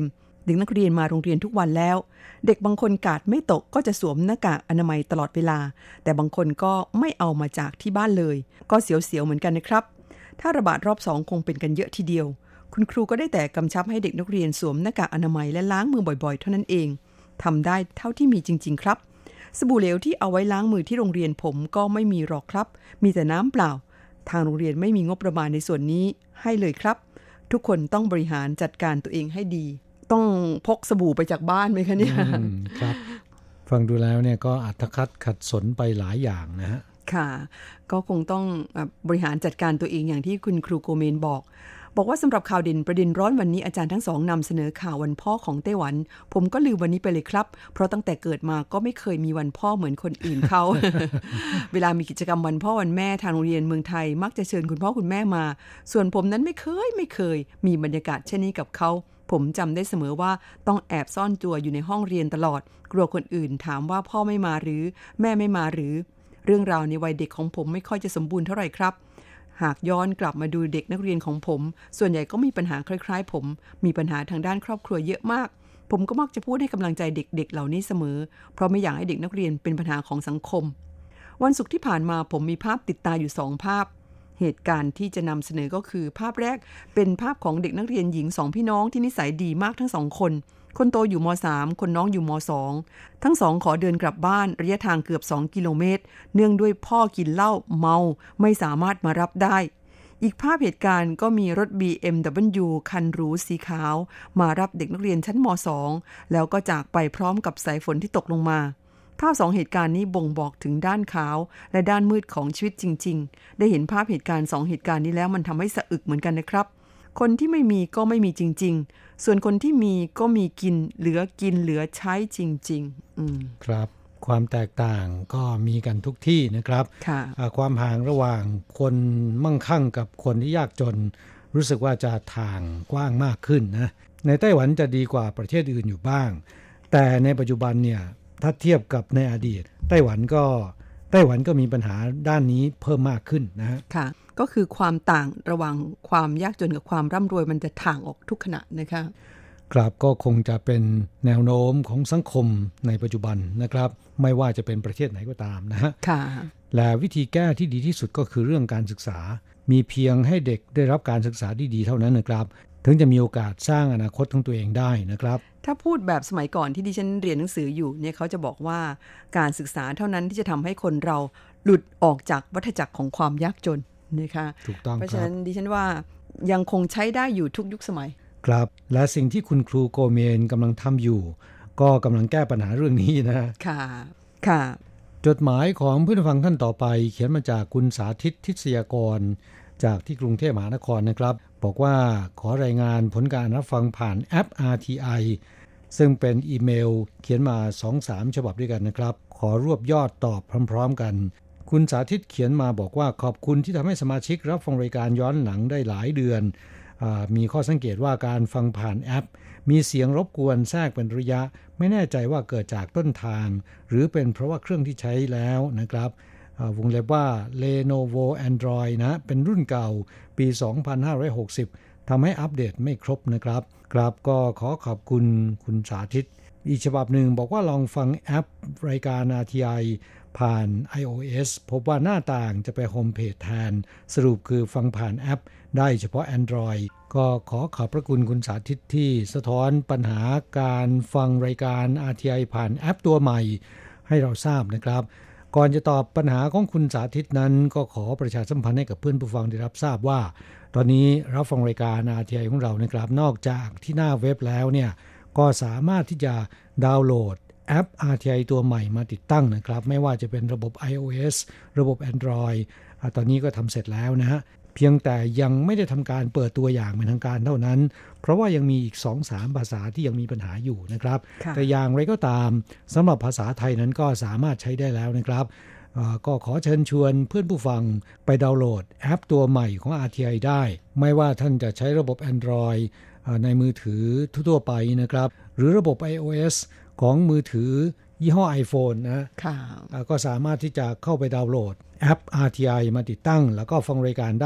เด็กนักเรียนมาโรงเรียนทุกวันแล้วเด็กบางคนกาดไม่ตกก็จะสวมหน้ากากอนามัยตลอดเวลาแต่บางคนก็ไม่เอามาจากที่บ้านเลยก็เสียวๆเหมือนกันนะครับถ้าระบาดรอบสองคงเป็นกันเยอะทีเดียวคุณครูก็ได้แต่กำชับให้เด็กนักเรียนสวมหน้ากากอนามัยและล้างมือบ่อยๆเท่านั้นเองทำได้เท่าที่มีจริงๆครับสบู่เหลวที่เอาไว้ล้างมือที่โรงเรียนผมก็ไม่มีหรอกครับมีแต่น้ำเปล่าทางโรงเรียนไม่มีงบประมาณในส่วนนี้ให้เลยครับทุกคนต้องบริหารจัดการตัวเองให้ดีต้องพกสบู่ไปจากบ้านไหมคะเนี่ย
ครับฟังดูแล้วเนี่ยก็อัตคัดขัดสนไปหลายอย่างนะฮะ
ค่ะก็คงต้องบริหารจัดการตัวเองอย่างที่คุณครูโกเมนบอกบอกว่าสำหรับข่าวเด่นประเด็นร้อนวันนี้อาจารย์ทั้งสองนำเสนอข่าววันพ่อของไต้หวันผมก็ลืมวันนี้ไปเลยครับเพราะตั้งแต่เกิดมาก็ไม่เคยมีวันพ่อเหมือนคนอื่นเขา เวลามีกิจกรรมวันพ่อวันแม่ทางโรงเรียนเมืองไทยมักจะเชิญคุณพ่อคุณแม่มาส่วนผมนั้นไม่เคยไม่เคยมีบรรยากาศเช่นนี้กับเขาผมจำได้เสมอว่าต้องแอบซ่อนตัวอยู่ในห้องเรียนตลอดกลัวคนอื่นถามว่าพ่อไม่มาหรือแม่ไม่มาหรือเรื่องราวในวัยเด็กของผมไม่ค่อยจะสมบูรณ์เท่าไหร่ครับหากย้อนกลับมาดูเด็กนักเรียนของผมส่วนใหญ่ก็มีปัญหาคล้ายๆผมมีปัญหาทางด้านครอบครัวเยอะมากผมก็มักจะพูดให้กำลังใจเด็กๆเหล่านี้เสมอเพราะไม่อยากให้เด็กนักเรียนเป็นปัญหาของสังคมวันศุกร์ที่ผ่านมาผมมีภาพติดตาอยู่สองภาพเหตุการณ์ที่จะนำเสนอก็คือภาพแรกเป็นภาพของเด็กนักเรียนหญิงสองพี่น้องที่นิสัยดีมากทั้งสองคนคนโตอยู่ม.สาม คนน้องอยู่ม.สอง ทั้งสองขอเดินกลับบ้านระยะทางเกือบสองกิโลเมตรเนื่องด้วยพ่อกินเหล้าเมาไม่สามารถมารับได้อีกภาพเหตุการณ์ก็มีรถ บี เอ็ม ดับเบิลยู คันหรูสีขาวมารับเด็กนักเรียนชั้นม.สอง แล้วก็จากไปพร้อมกับสายฝนที่ตกลงมาภาพสองเหตุการณ์นี้บ่งบอกถึงด้านขาวและด้านมืดของชีวิตจริงๆได้เห็นภาพเหตุการณ์สองเหตุการณ์นี้แล้วมันทำให้สะอึกเหมือนกันนะครับคนที่ไม่มีก็ไม่มีจริงๆส่วนคนที่มีก็มีกินเหลือกินเหลือใช้จริงๆอืม
ครับความแตกต่างก็มีกันทุกที่นะครับความห่างระหว่างคนมั่งคั่งกับคนที่ยากจนรู้สึกว่าจะห่างกว้างมากขึ้นนะในไต้หวันจะดีกว่าประเทศอื่นอยู่บ้างแต่ในปัจจุบันเนี่ยถ้าเทียบกับในอดีตไต้หวันก็ไต้หวันก็มีปัญหาด้านนี้เพิ่มมากขึ้นนะฮะ
ค่ะก็คือความต่างระหว่างความยากจนกับความร่ำรวยมันจะถ่างออกทุกขณะนะคะ
ครับก็คงจะเป็นแนวโน้มของสังคมในปัจจุบันนะครับไม่ว่าจะเป็นประเทศไหนก็ตามนะฮะ
ค่ะ
และวิธีแก้ที่ดีที่สุดก็คือเรื่องการศึกษามีเพียงให้เด็กได้รับการศึกษาที่ดีเท่านั้นนะครับถึงจะมีโอกาสสร้างอนาคตของตัวเองได้นะครับ
ถ้าพูดแบบสมัยก่อนที่ดิฉันเรียนหนังสืออยู่เนี่ยเขาจะบอกว่าการศึกษาเท่านั้นที่จะทำให้คนเราหลุดออกจากวัฏจักรของความยากจนนะคะ
ถูกต้องครับเพ
ราะฉะนั้นดิฉันว่ายังคงใช้ได้อยู่ทุกยุคสมัย
ครับและสิ่งที่คุณครูโกเมนกำลังทำอยู่ก็กำลังแก้ปัญหาเรื่องนี้นะ
ค่ะค่ะ
จดหมายของผู้ฟังท่านต่อไปเขียนมาจากคุณสาธิตทิศยากรจากที่กรุงเทพมหานครนะครับบอกว่าขอรายงานผลการรับฟังผ่านแอป อาร์ ที ไอ ซึ่งเป็นอีเมลเขียนมา สองถึงสาม ฉบับด้วยกันนะครับขอรวบยอดตอบพร้อมๆกันคุณสาธิตเขียนมาบอกว่าขอบคุณที่ทำให้สมาชิกรับฟังรายการย้อนหลังได้หลายเดือนมีข้อสังเกตว่าการฟังผ่านแอปมีเสียงรบกวนแทรกเป็นระยะไม่แน่ใจว่าเกิดจากต้นทางหรือเป็นเพราะว่าเครื่องที่ใช้แล้วนะครับวงเล็บว่า Lenovo Android นะเป็นรุ่นเก่าปี สองพันห้าร้อยหกสิบ ทำให้อัปเดตไม่ครบนะครับครับก็ขอขอบคุณคุณสาธิตอีกฉบับหนึ่งบอกว่าลองฟังแอปรายการ อาร์ ที ไอ ผ่าน iOS พบว่าหน้าต่างจะไปโฮมเพจแทนสรุปคือฟังผ่านแอปได้เฉพาะ Android ก็ขอขอบพระคุณคุณสาธิตที่สะท้อนปัญหาการฟังรายการ อาร์ ที ไอ ผ่านแอปตัวใหม่ให้เราทราบนะครับก่อนจะตอบปัญหาของคุณสาธิตนั้นก็ขอประชาสัมพันธ์ให้กับเพื่อนผู้ฟังได้รับทราบว่าตอนนี้รับฟังรายการ อาร์ ที ไอ ของเรานะครับนอกจากที่หน้าเว็บแล้วเนี่ยก็สามารถที่จะดาวน์โหลดแอป อาร์ ที ไอ ตัวใหม่มาติดตั้งนะครับไม่ว่าจะเป็นระบบ iOS ระบบ Android ตอนนี้ก็ทำเสร็จแล้วนะฮะเพียงแต่ยังไม่ได้ทำการเปิดตัวอย่างเป็นทางการเท่านั้นเพราะว่ายังมีอีก สองถึงสาม ภาษาที่ยังมีปัญหาอยู่นะครับแต่อย่างไรก็ตามสำหรับภาษาไทยนั้นก็สามารถใช้ได้แล้วนะครับก็ขอเชิญชวนเพื่อนผู้ฟังไปดาวน์โหลดแอปตัวใหม่ของ อาร์ ที ไอ ได้ไม่ว่าท่านจะใช้ระบบ Android ในมือถือทั่วไปนะครับหรือระบบ iOS ของมือถือยี่ห้อ iPhone นะก็สามารถที่จะเข้าไปดาวน์โหลดแอป อาร์ ที ไอ มาติดตั้งแล้วก็ฟังรายการได้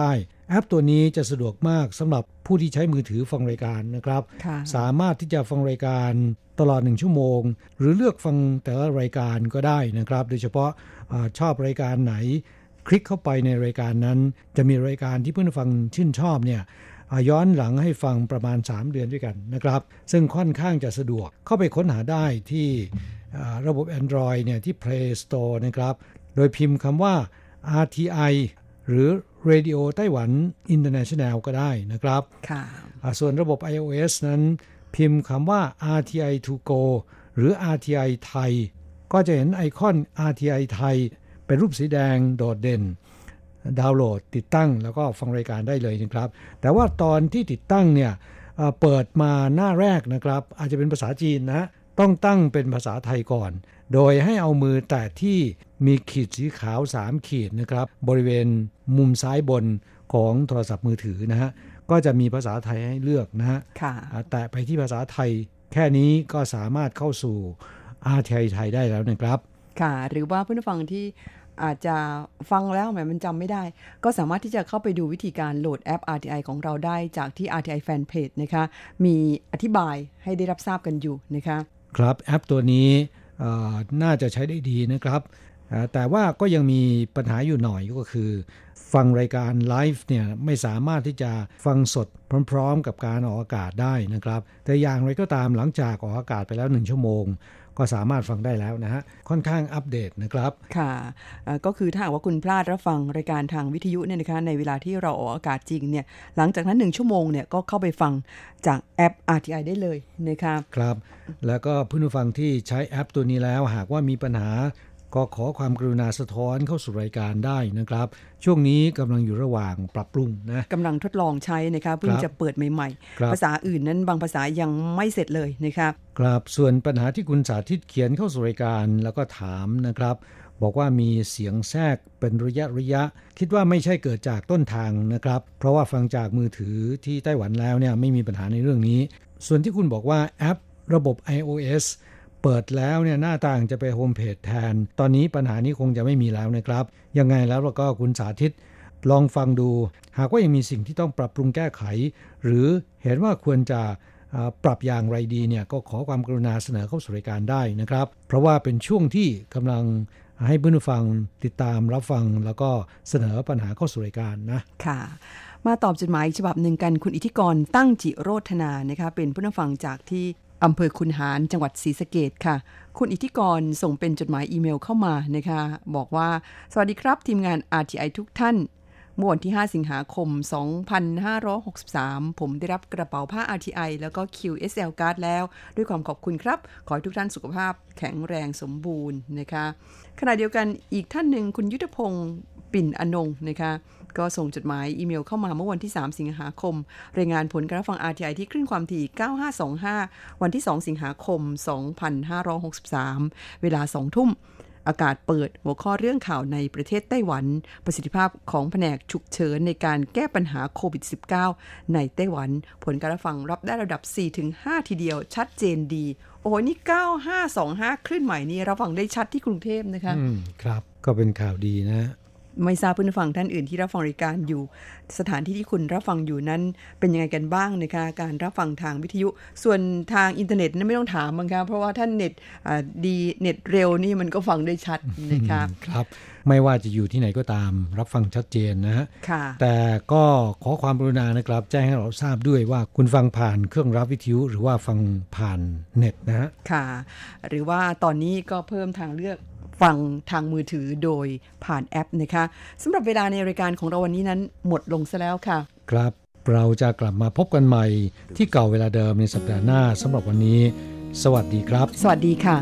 แอปตัวนี้จะสะดวกมากสำหรับผู้ที่ใช้มือถือฟังรายการนะครับสามารถที่จะฟังรายการตลอดหนึ่งชั่วโมงหรือเลือกฟังแต่ละรายการก็ได้นะครับโดยเฉพาะอ่าชอบรายการไหนคลิกเข้าไปในรายการนั้นจะมีรายการที่เพื่อนฟังชื่นชอบเนี่ยย้อนหลังให้ฟังประมาณสามเดือนด้วยกันนะครับซึ่งค่อนข้างจะสะดวกเข้าไปค้นหาได้ที่ระบบ Android เนี่ยที่ Play Store นะครับโดยพิมพ์คำว่า อาร์ ที ไอ หรือ Radio ไต้หวัน International ก็ได้นะครับค่ะส่วนระบบ iOS นั้นพิมพ์คำว่า อาร์ ที ไอ To Go หรือ อาร์ ที ไอ ไทยก็จะเห็นไอคอน อาร์ ที ไอ ไทยเป็นรูปสีแดงโดดเด่นดาวน์โหลดติดตั้งแล้วก็ฟังรายการได้เลยนะครับแต่ว่าตอนที่ติดตั้งเนี่ยเปิดมาหน้าแรกนะครับอาจจะเป็นภาษาจีนนะต้องตั้งเป็นภาษาไทยก่อนโดยให้เอามือแตะที่มีขีดสีขาวสามขีดนะครับบริเวณมุมซ้ายบนของโทรศัพท์มือถือนะฮะก็จะมีภาษาไทยให้เลือกนะฮะแตะไปที่ภาษาไทยแค่นี้ก็สามารถเข้าสู่ อาร์ ที ไอ ไทยได้แล้วนะครับ
ค่ะหรือว่าเพื่อนฟังที่อาจจะฟังแล้วแหมมันจำไม่ได้ก็สามารถที่จะเข้าไปดูวิธีการโหลดแอป อาร์ ที ไอ ของเราได้จากที่ อาร์ ที ไอ Fanpage นะคะมีอธิบายให้ได้รับทราบกันอยู่นะคะ
ครับแอปตัวนี้น่าจะใช้ได้ดีนะครับแต่ว่าก็ยังมีปัญหาอยู่หน่อยก็คือฟังรายการไลฟ์เนี่ยไม่สามารถที่จะฟังสดพร้อมๆกับการออกอากาศได้นะครับแต่อย่างไรก็ตามหลังจากออกอากาศไปแล้วหนึ่งชั่วโมงก็สามารถฟังได้แล้วนะฮะค่อนข้างอัปเดตนะครับ
ค่ะก็คือถ้าหากว่าคุณพลาดรับฟังรายการทางวิทยุเนี่ยนะคะในเวลาที่เราออกอากาศจริงเนี่ยหลังจากนั้นหนึ่งชั่วโมงเนี่ยก็เข้าไปฟังจากแอป อาร์ ที ไอ ได้เลยนะคะ
ครับแล้วก็ผู้ฟังที่ใช้แอปตัวนี้แล้วหากว่ามีปัญหาก็ขอความกรุณาสะท้อนเข้าสู่รายการได้นะครับช่วงนี้กำลังอยู่ระหว่างปรับปรุงนะ
กำลังทดลองใช้นะคะเพิ่งจะเปิดใหม่ๆภาษาอื่นนั้นบางภาษายังไม่เสร็จเลยนะครับ
ครับส่วนปัญหาที่คุณสาธิตเขียนเข้าสู่รายการแล้วก็ถามนะครับบอกว่ามีเสียงแทรกเป็นระยะระยะคิดว่าไม่ใช่เกิดจากต้นทางนะครับเพราะว่าฟังจากมือถือที่ไต้หวันแล้วเนี่ยไม่มีปัญหาในเรื่องนี้ส่วนที่คุณบอกว่าแอประบบ iOSเปิดแล้วเนี่ยหน้าต่างจะไปโฮมเพจแทนตอนนี้ปัญหานี้คงจะไม่มีแล้วนะครับยังไงแล้วเราก็คุณสาธิตลองฟังดูหากว่ายังมีสิ่งที่ต้องปรับปรุงแก้ไขหรือเห็นว่าควรจะปรับอย่างไรดีเนี่ยก็ขอความกรุณาเสนอเข้าสู่รายการได้นะครับเพราะว่าเป็นช่วงที่กำลังให้ผู้ฟังติดตามรับฟังแล้วก็เสนอปัญหาเข้าสู่รายการนะ
ค่ะมาตอบจดหมายฉบับหนึ่งกันคุณอิทธิกรตั้งจิโรธนานะคะเป็นผู้ฟังจากที่อำเภอคุนหารจังหวัดศรีสะเกษค่ะคุณอิทธิกรส่งเป็นจดหมายอีเมลเข้ามานะคะบอกว่าสวัสดีครับทีมงาน อาร์ ที ไอ ทุกท่านเมื่อวันที่ห้าสิงหาคมสองพันห้าร้อยหกสิบสามผมได้รับกระเป๋าผ้า อาร์ ที ไอ แล้วก็ คิว เอส แอล การ์ดแล้วด้วยความขอบคุณครับขอให้ทุกท่านสุขภาพแข็งแรงสมบูรณ์นะคะขณะเดียวกันอีกท่านหนึ่งคุณยุทธพงศ์ปิ่นอนงค์นะคะก็ส่งจดหมายอีเมลเข้ามาเมื่อวันที่สามสิงหาคมรายงานผลการฟัง อาร์ ที ไอ ที่คลื่นความถี่เก้าพันห้าร้อยยี่สิบห้าวันที่สองสิงหาคมสองพันห้าร้อยหกสิบสามเวลา สองทุ่มอากาศเปิดหัวข้อเรื่องข่าวในประเทศไต้หวันประสิทธิภาพของแผนกฉุกเฉินในการแก้ปัญหาโควิด สิบเก้า ในไต้หวันผลการฟังรับได้ระดับ สี่ถึงห้า ทีเดียวชัดเจนดีโอ้โหนี่เก้าพันห้าร้อยยี่สิบห้าคลื่นใหม่นี้รับฟังได้ชัดที่กรุงเทพนะคะ
อืมครับก็เป็นข่าวดีนะ
ไม่ทราบผู้ฟังท่านอื่นที่รับฟังรายการอยู่สถานที่ที่คุณรับฟังอยู่นั้นเป็นยังไงกันบ้างนะคะการรับฟังทางวิทยุส่วนทางอินเทอร์เน็ตนั้นไม่ต้องถามมั้งคะเพราะว่าท่านเน็ตดีเน็ตเร็วนี่มันก็ฟังได้ชัดนะคะ
ครับไม่ว่าจะอยู่ที่ไหนก็ตามรับฟังชัดเจนนะฮะแต่ก็ขอความกรุณานะครับแจ้งให้เราทราบด้วยว่าคุณฟังผ่านเครื่องรับวิทยุหรือว่าฟังผ่านเน็ตนะฮะ
ค่ะหรือว่าตอนนี้ก็เพิ่มทางเลือกฟังทางมือถือโดยผ่านแอปนะคะสำหรับเวลาในรายการของเราวันนี้นั้นหมดลงซะแล้วค่ะ
ครับเราจะกลับมาพบกันใหม่ที่เก่าเวลาเดิมในสัปดาห์หน้าสำหรับวันนี้สวัสดีครับ
สวัสดีค่ะ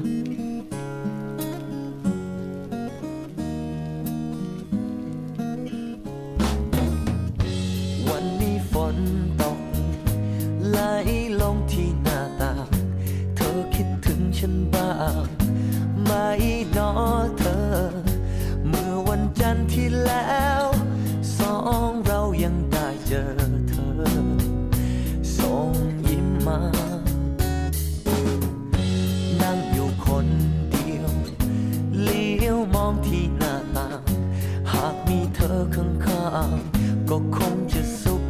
วันนี้ฝนตกไหลลงที่หน้าต่างเธอคิดถึงฉันบ้างไม่นอเธอเมื่อวันจันทร์ที่แล้วสองเรายังได้เจอเธอส่งยิ้มมานั่งอยู่คนเดียวเลี้ยวมองที่หน้าต่างหากมีเธอข้างๆก็คงจะ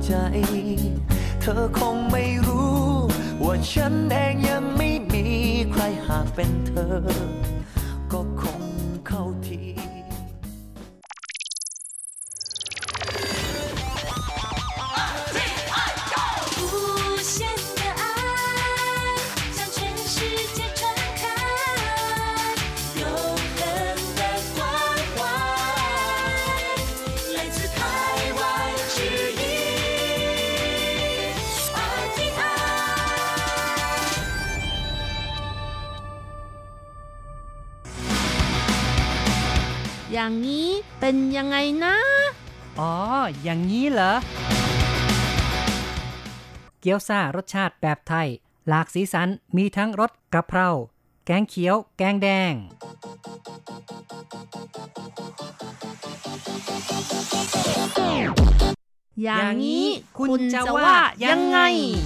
ใจเธอคงไม่รู้ว่าฉันเองยังไม่มีใครหากเป็นเธอก็คงเข้าที
อย่างนี้เป็นยังไงนะ
อ๋ออย่างนี้เหรอเกี๊ยวซ่ารสชาติแบบไทยหลากสีสันมีทั้งรสกะเพราแกงเขียวแกงแดง
อย่างนี้คุณจะว่ายังไง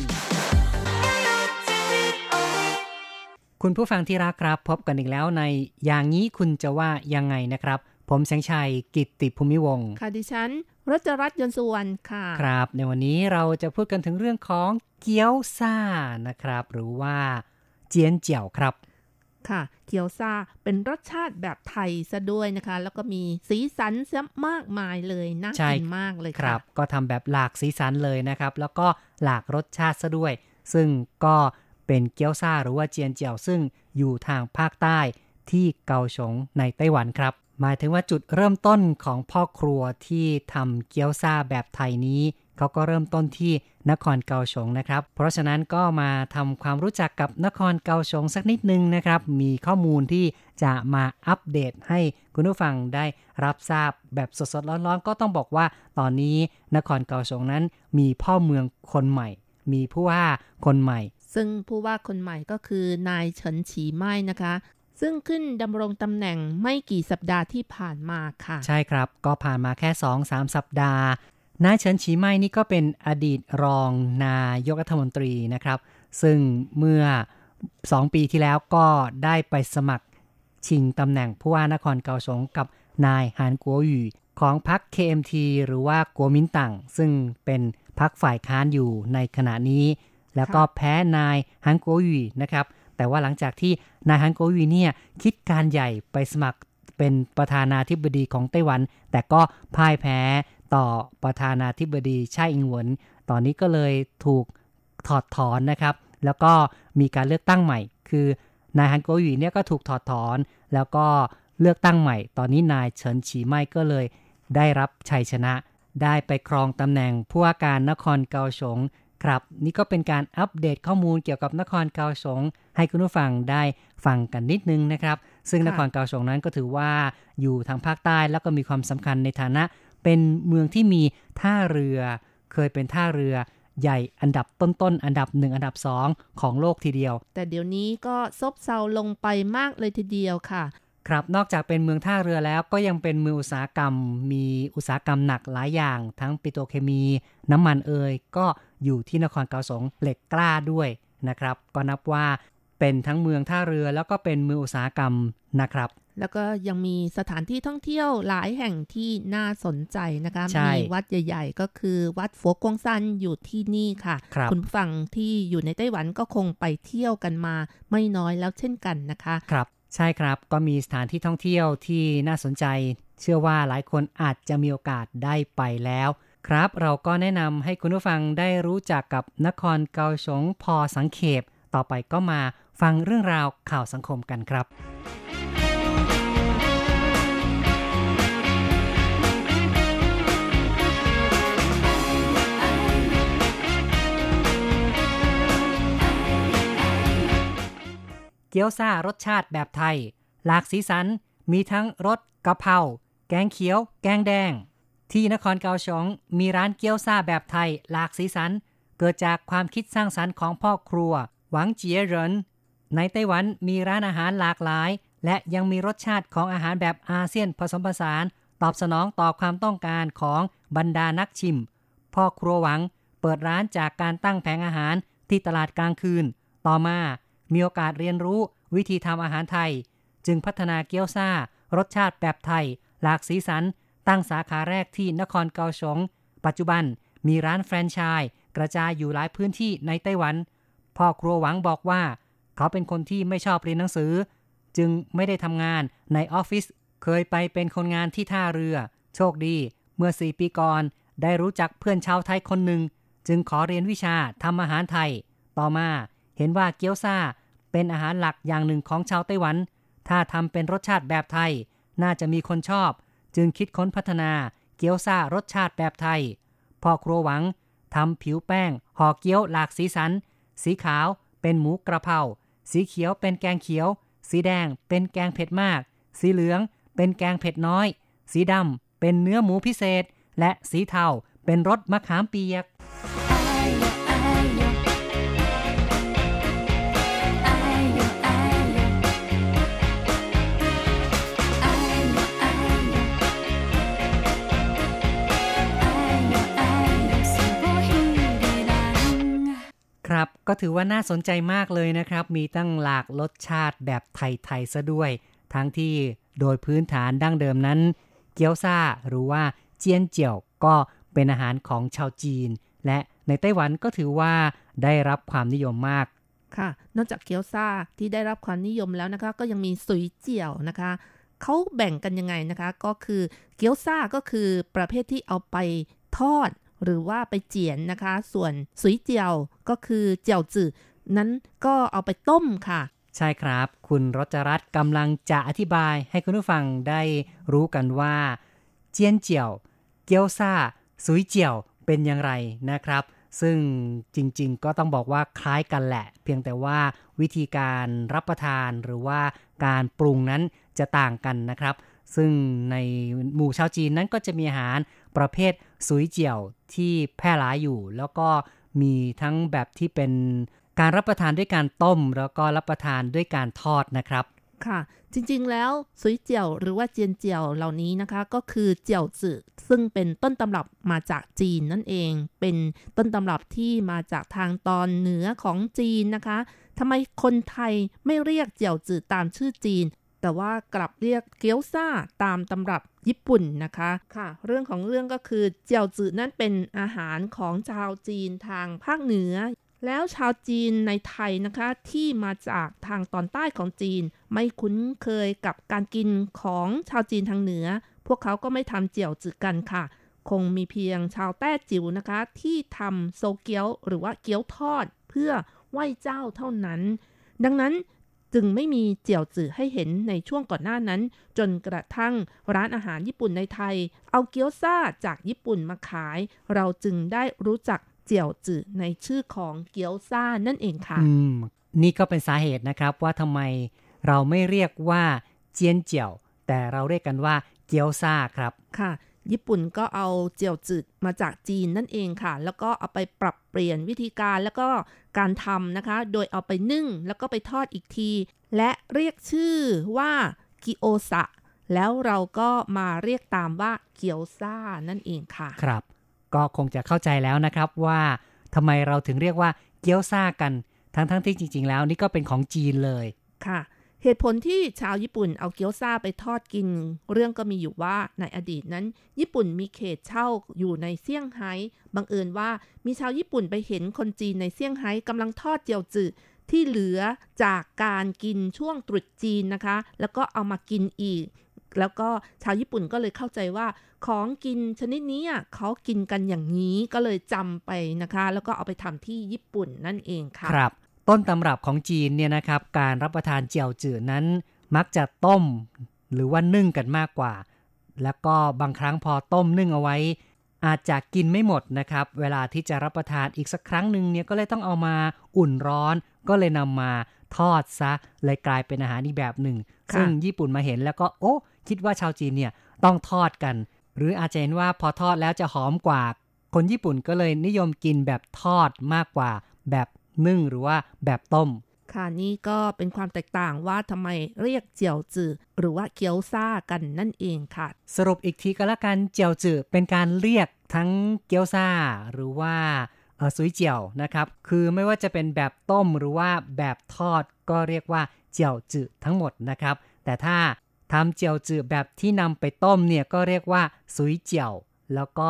คุณผู้ฟังที่รักครับพบกันอีกแล้วในอย่างนี้คุณจะว่ายังไงนะครับผมแสงชัยกิตติภูมิวงศ์
ค่ะดิฉันรัชรัตน์ยนต์สุวรรณค่ะ
ครับในวันนี้เราจะพูดกันถึงเรื่องของเกี๊ยวซ่านะครับหรือว่าเจียนเจียวครับ
ค่ะเกี๊ยวซ่าเป็นรสชาติแบบไทยซะด้วยนะคะแล้วก็มีสีสันซะมากมายเลยน่ากินมากเลยค่ะ
ครับก็ทำแบบหลากสีสันเลยนะครับแล้วก็หลากรสชาติซะด้วยซึ่งก็เป็นเกี๊ยวซ่าหรือว่าเจียนเจียวซึ่งอยู่ทางภาคใต้ที่เกาสงในไต้หวันครับหมายถึงว่าจุดเริ่มต้นของพ่อครัวที่ทำเกี๊ยวซ่าแบบไทยนี้เขาก็เริ่มต้นที่นครเกาสงนะครับเพราะฉะนั้นก็มาทำความรู้จักกับนครเกาสงสักนิดนึงนะครับมีข้อมูลที่จะมาอัปเดตให้คุณผู้ฟังได้รับทราบแบบสดๆร้อนๆก็ต้องบอกว่าตอนนี้นครเกาสงนั้นมีพ่อเมืองคนใหม่มีผู้ว่าคนใหม่
ซึ่งผู้ว่าคนใหม่ก็คือนายเฉินฉีไม้นะคะซึ่งขึ้นดำรงตำแหน่งไม่กี่สัปดาห์ที่ผ่านมาค่ะ
ใช่ครับก็ผ่านมาแค่ สองถึงสาม สัปดาห์นายเฉินฉีไม้นี่ก็เป็นอดีตรองนายกรัฐมนตรีนะครับซึ่งเมื่อสองปีที่แล้วก็ได้ไปสมัครชิงตำแหน่งผู้ว่านครเกาสงกับนายหานกัวหยู่ของพรรค เค เอ็ม ที หรือว่ากัวมินตั๋งซึ่งเป็นพรรคฝ่ายค้านอยู่ในขณะนี้แล้วก็แพ้นายหานกัวหยู่นะครับแต่ว่าหลังจากที่นายฮันโกวีเนี่ยคิดการใหญ่ไปสมัครเป็นประธานาธิบดีของไต้หวันแต่ก็พ่ายแพ้ต่อประธานาธิบดีไช่อิงเหวินตอนนี้ก็เลยถูกถอดถอนนะครับแล้วก็มีการเลือกตั้งใหม่คือนายฮันโกวีเนี่ยก็ถูกถอดถอนแล้วก็เลือกตั้งใหม่ตอนนี้นายเฉินฉีไม้ก็เลยได้รับชัยชนะได้ไปครองตำแหน่งผู้ว่าการนครเกาสงครับนี่ก็เป็นการอัปเดตข้อมูลเกี่ยวกับนครเกาสงให้คุณผู้ฟังได้ฟังกันนิดนึงนะครับซึ่งนครเกาสงนั้นก็ถือว่าอยู่ทางภาคใต้แล้วก็มีความสำคัญในฐานะเป็นเมืองที่มีท่าเรือเคยเป็นท่าเรือใหญ่อันดับต้นๆอันดับหนึ่งอันดับสองของโลกทีเดียว
แต่เดี๋ยวนี้ก็ซบเซาลงไปมากเลยทีเดียวค่ะ
ครับนอกจากเป็นเมืองท่าเรือแล้วก็ยังเป็นเมืองอุตสาหกรรมมีอุตสาหกรรมหนักหลายอย่างทั้งปิโตรเคมีน้ำมันเอ่ยก็อยู่ที่นครเกาสงเหล็กกล้าด้วยนะครับก็นับว่าเป็นทั้งเมืองท่าเรือแล้วก็เป็นเมืองอุตสาหกรรมนะครับ
แล้วก็ยังมีสถานที่ท่องเที่ยวหลายแห่งที่น่าสนใจนะคะมีวัดใหญ่ๆก็คือวัดฝัวกวงซันอยู่ที่นี่ค่ะ
ค,
คุณฟังที่อยู่ในไต้หวันก็คงไปเที่ยวกันมาไม่น้อยแล้วเช่นกันนะคะ
ครับใช่ครับก็มีสถานที่ท่องเที่ยวที่น่าสนใจเชื่อว่าหลายคนอาจจะมีโอกาสได้ไปแล้วครับเราก็แนะนำให้คุณผู้ฟังได้รู้จักกับนครเกาสงพอสังเขปต่อไปก็มาฟังเรื่องราวข่าวสังคมกันครับเกี๊ยวซ่ารสชาติแบบไทยหลากสีสันมีทั้งรสกะเพราแกงเขียวแกงแดงที่นครเกาสงมีร้านเกี๊ยวซ่าแบบไทยหลากสีสันเกิดจากความคิดสร้างสรรค์ของพ่อครัวหวังเจี๋ยเหรินในไต้หวันมีร้านอาหารหลากหลายและยังมีรสชาติของอาหารแบบอาเซียนผสมผสานตอบสนองต่อความต้องการของบรรดานักชิมพ่อครัวหวังเปิดร้านจากการตั้งแผงอาหารที่ตลาดกลางคืนต่อมามีโอกาสเรียนรู้วิธีทำอาหารไทยจึงพัฒนาเกี๊ยวซ่ารสชาติแบบไทยหลากสีสันตั้งสาขาแรกที่นครเกาสงปัจจุบันมีร้านแฟรนไชส์กระจายอยู่หลายพื้นที่ในไต้หวันพ่อครัวหวังบอกว่าเขาเป็นคนที่ไม่ชอบเรียนหนังสือจึงไม่ได้ทำงานในออฟฟิศเคยไปเป็นคนงานที่ท่าเรือโชคดีเมื่อสี่ปีก่อนได้รู้จักเพื่อนชาวไทยคนหนึ่งจึงขอเรียนวิชาทำอาหารไทยต่อมาเห็นว่าเกี๊ยวซ่าเป็นอาหารหลักอย่างหนึ่งของชาวไต้หวันถ้าทำเป็นรสชาติแบบไทยน่าจะมีคนชอบจึงคิดค้นพัฒนาเกี๊ยวซ่ารสชาติแบบไทยพ่อครัวหวังทำผิวแป้งห่อเกี๊ยวหลากสีสันสีขาวเป็นหมูกระเพราสีเขียวเป็นแกงเขียวสีแดงเป็นแกงเผ็ดมากสีเหลืองเป็นแกงเผ็ดน้อยสีดำเป็นเนื้อหมูพิเศษและสีเทาเป็นรสมะขามเปียกครับก็ถือว่าน่าสนใจมากเลยนะครับมีตั้งหลากรสชาติแบบไทยๆซะด้วยทั้งที่โดยพื้นฐานดั้งเดิมนั้นเกี๊ยวซ่าหรือว่าเจียนเจียวก็เป็นอาหารของชาวจีนและในไต้หวันก็ถือว่าได้รับความนิยมมาก
ค่ะนอกจากเกี๊ยวซ่าที่ได้รับความนิยมแล้วนะคะก็ยังมีสุยเจียวนะคะเขาแบ่งกันยังไงนะคะก็คือเกี๊ยวซ่าก็คือประเภทที่เอาไปทอดหรือว่าไปเจียนนะคะส่วนสุยเจียวก็คือเจียวจื่อนั้นก็เอาไปต้มค่ะ
ใช่ครับคุณรจรัตน์กำลังจะอธิบายให้คุณผู้ฟังได้รู้กันว่าเจียนเจียวเกี๊ยวซ่าสุยเจียวเป็นอย่างไรนะครับซึ่งจริงๆก็ต้องบอกว่าคล้ายกันแหละเพียงแต่ว่าวิธีการรับประทานหรือว่าการปรุงนั้นจะต่างกันนะครับซึ่งในหมู่ชาวจีนนั้นก็จะมีอาหารประเภทสุยเจียวที่แพร่หลายอยู่แล้วก็มีทั้งแบบที่เป็นการรับประทานด้วยการต้มแล้วก็รับประทานด้วยการทอดนะครับ
ค่ะจริงๆแล้วสุยเจียวหรือว่าเจียนเจียวเหล่านี้นะคะก็คือเจียวจื่อซึ่งเป็นต้นตำรับมาจากจีนนั่นเองเป็นต้นตำรับที่มาจากทางตอนเหนือของจีนนะคะทำไมคนไทยไม่เรียกเจียวจื่อตามชื่อจีนแต่ว่ากลับเรียกเกี๊ยวซ่าตามตำรับญี่ปุ่นนะคะค่ะเรื่องของเรื่องก็คือเจียวจื่อนั้นเป็นอาหารของชาวจีนทางภาคเหนือแล้วชาวจีนในไทยนะคะที่มาจากทางตอนใต้ของจีนไม่คุ้นเคยกับการกินของชาวจีนทางเหนือพวกเขาก็ไม่ทำเจียวจื่อกันค่ะคงมีเพียงชาวแต้จิ๋วนะคะที่ทำโซเกี๊ยวหรือว่าเกี๊ยวทอดเพื่อไหว้เจ้าเท่านั้นดังนั้นจึงไม่มีเจียวจื่อให้เห็นในช่วงก่อนหน้านั้นจนกระทั่งร้านอาหารญี่ปุ่นในไทยเอาเกี๊ยวซ่าจากญี่ปุ่นมาขายเราจึงได้รู้จักเจียวจื่อในชื่อของเกี๊ยวซ่านั่นเองค่ะ
อืมนี่ก็เป็นสาเหตุนะครับว่าทำไมเราไม่เรียกว่าเจียนเจียวแต่เราเรียกกันว่าเกี๊ยวซ่าครับ
ค่ะญี่ปุ่นก็เอาเจียวจื่อมาจากจีนนั่นเองค่ะแล้วก็เอาไปปรับเปลี่ยนวิธีการแล้วก็การทำนะคะโดยเอาไปนึ่งแล้วก็ไปทอดอีกทีและเรียกชื่อว่ากิโอซะแล้วเราก็มาเรียกตามว่าเกี๊ยวซ่านั่นเองค่ะ
ครับก็คงจะเข้าใจแล้วนะครับว่าทำไมเราถึงเรียกว่าเกี๊ยวซ่ากันทั้งๆที่จริงๆแล้วนี่ก็เป็นของจีนเลย
ค่ะเหตุผลที่ชาวญี่ปุ่นเอาเกี๊ยวซ่าไปทอดกินเรื่องก็มีอยู่ว่าในอดีตนั้นญี่ปุ่นมีเขตเช่าอยู่ในเซี่ยงไฮ้บังเอิญว่ามีชาวญี่ปุ่นไปเห็นคนจีนในเซี่ยงไฮ้กำลังทอดเจียวจื่อที่เหลือจากการกินช่วงตรุษจีนนะคะแล้วก็เอามากินอีกแล้วก็ชาวญี่ปุ่นก็เลยเข้าใจว่าของกินชนิดนี้เขากินกันอย่างนี้ก็เลยจำไปนะคะแล้วก็เอาไปทำที่ญี่ปุ่นนั่นเองค่ะ
ครับต้นตำรับของจีนเนี่ยนะครับการรับประทานเจียวจื่อนั้นมักจะต้มหรือว่านึ่งกันมากกว่าแล้วก็บางครั้งพอต้มนึ่งเอาไว้อาจจะกินไม่หมดนะครับเวลาที่จะรับประทานอีกสักครั้งนึงเนี่ยก็เลยต้องเอามาอุ่นร้อนก็เลยนำมาทอดซะเลยกลายเป็นอาหารอีกแบบหนึ่งซึ่งญี่ปุ่นมาเห็นแล้วก็โอ้คิดว่าชาวจีนเนี่ยต้องทอดกันหรืออาจจะเห็นว่าพอทอดแล้วจะหอมกว่าคนญี่ปุ่นก็เลยนิยมกินแบบทอดมากกว่าแบบนึ่งหรือว่าแบบต้ม
ค่ะนี่ก็เป็นความแตกต่างว่าทำไมเรียกเจียวจื่อหรือว่าเกี๊ยวซ่ากันนั่นเองค่ะ
สรุปอีกทีก็แล้วกันเจียวจื่อเป็นการเรียกทั้งเกี๊ยวซ่าหรือว่าเอ่อซุยเจียวนะครับคือไม่ว่าจะเป็นแบบต้มหรือว่าแบบทอดก็เรียกว่าเจียวจื่อทั้งหมดนะครับแต่ถ้าทำเจียวจื่อแบบที่นำไปต้มเนี่ยก็เรียกว่าซุยเจียวแล้วก็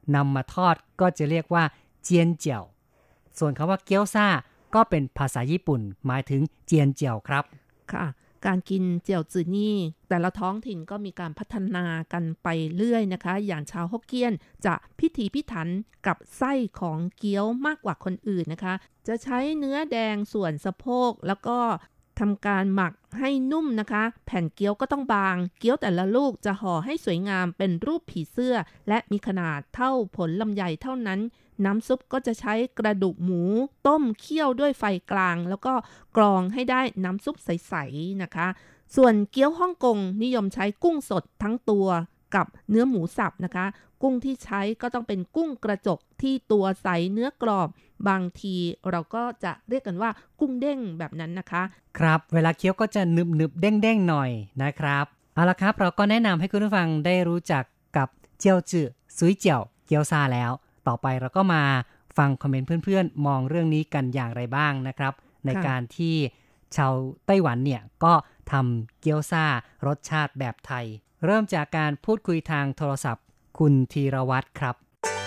นำมาทอดก็จะเรียกว่าเจียนเจียวส่วนคำว่าเกี๊ยวซ่าก็เป็นภาษาญี่ปุ่นหมายถึงเจียนเจียวครับ
ค่ะการกินเจียวจือนี่แต่ละท้องถิ่นก็มีการพัฒนากันไปเรื่อยนะคะอย่างชาวฮกเกี้ยนจะพิถีพิถันกับไส้ของเกี๊ยวมากกว่าคนอื่นนะคะจะใช้เนื้อแดงส่วนสะโพกแล้วก็ทำการหมักให้นุ่มนะคะแผ่นเกี๊ยวก็ต้องบางเกี๊ยวแต่ละลูกจะห่อให้สวยงามเป็นรูปผีเสื้อและมีขนาดเท่าผลลำไยเท่านั้นน้ำซุปก็จะใช้กระดูกหมูต้มเคี่ยวด้วยไฟกลางแล้วก็กรองให้ได้น้ำซุปใสๆนะคะส่วนเกี๊ยวฮ่องกงนิยมใช้กุ้งสดทั้งตัวกับเนื้อหมูสับนะคะกุ้งที่ใช้ก็ต้องเป็นกุ้งกระจกที่ตัวใสเนื้อกรอบบางทีเราก็จะเรียกกันว่ากุ้งเด้งแบบนั้นนะคะ
ครับเวลาเคี้ยวก็จะหนึบๆเด้งๆหน่อยนะครับเอาละครับเราก็แนะนำให้คุณผู้ฟังได้รู้จักกับเจียวจื่อซุยเจียวเกี๊ยวซาแล้วต่อไปเราก็มาฟังคอมเมนต์เพื่อนๆมองเรื่องนี้กันอย่างไรบ้างนะครับในการที่ชาวไต้หวันเนี่ยก็ทำเกี๊ยวซ่ารสชาติแบบไทยเริ่มจากการพูดคุยทางโทรศัพท์คุณธีรวัตรครับ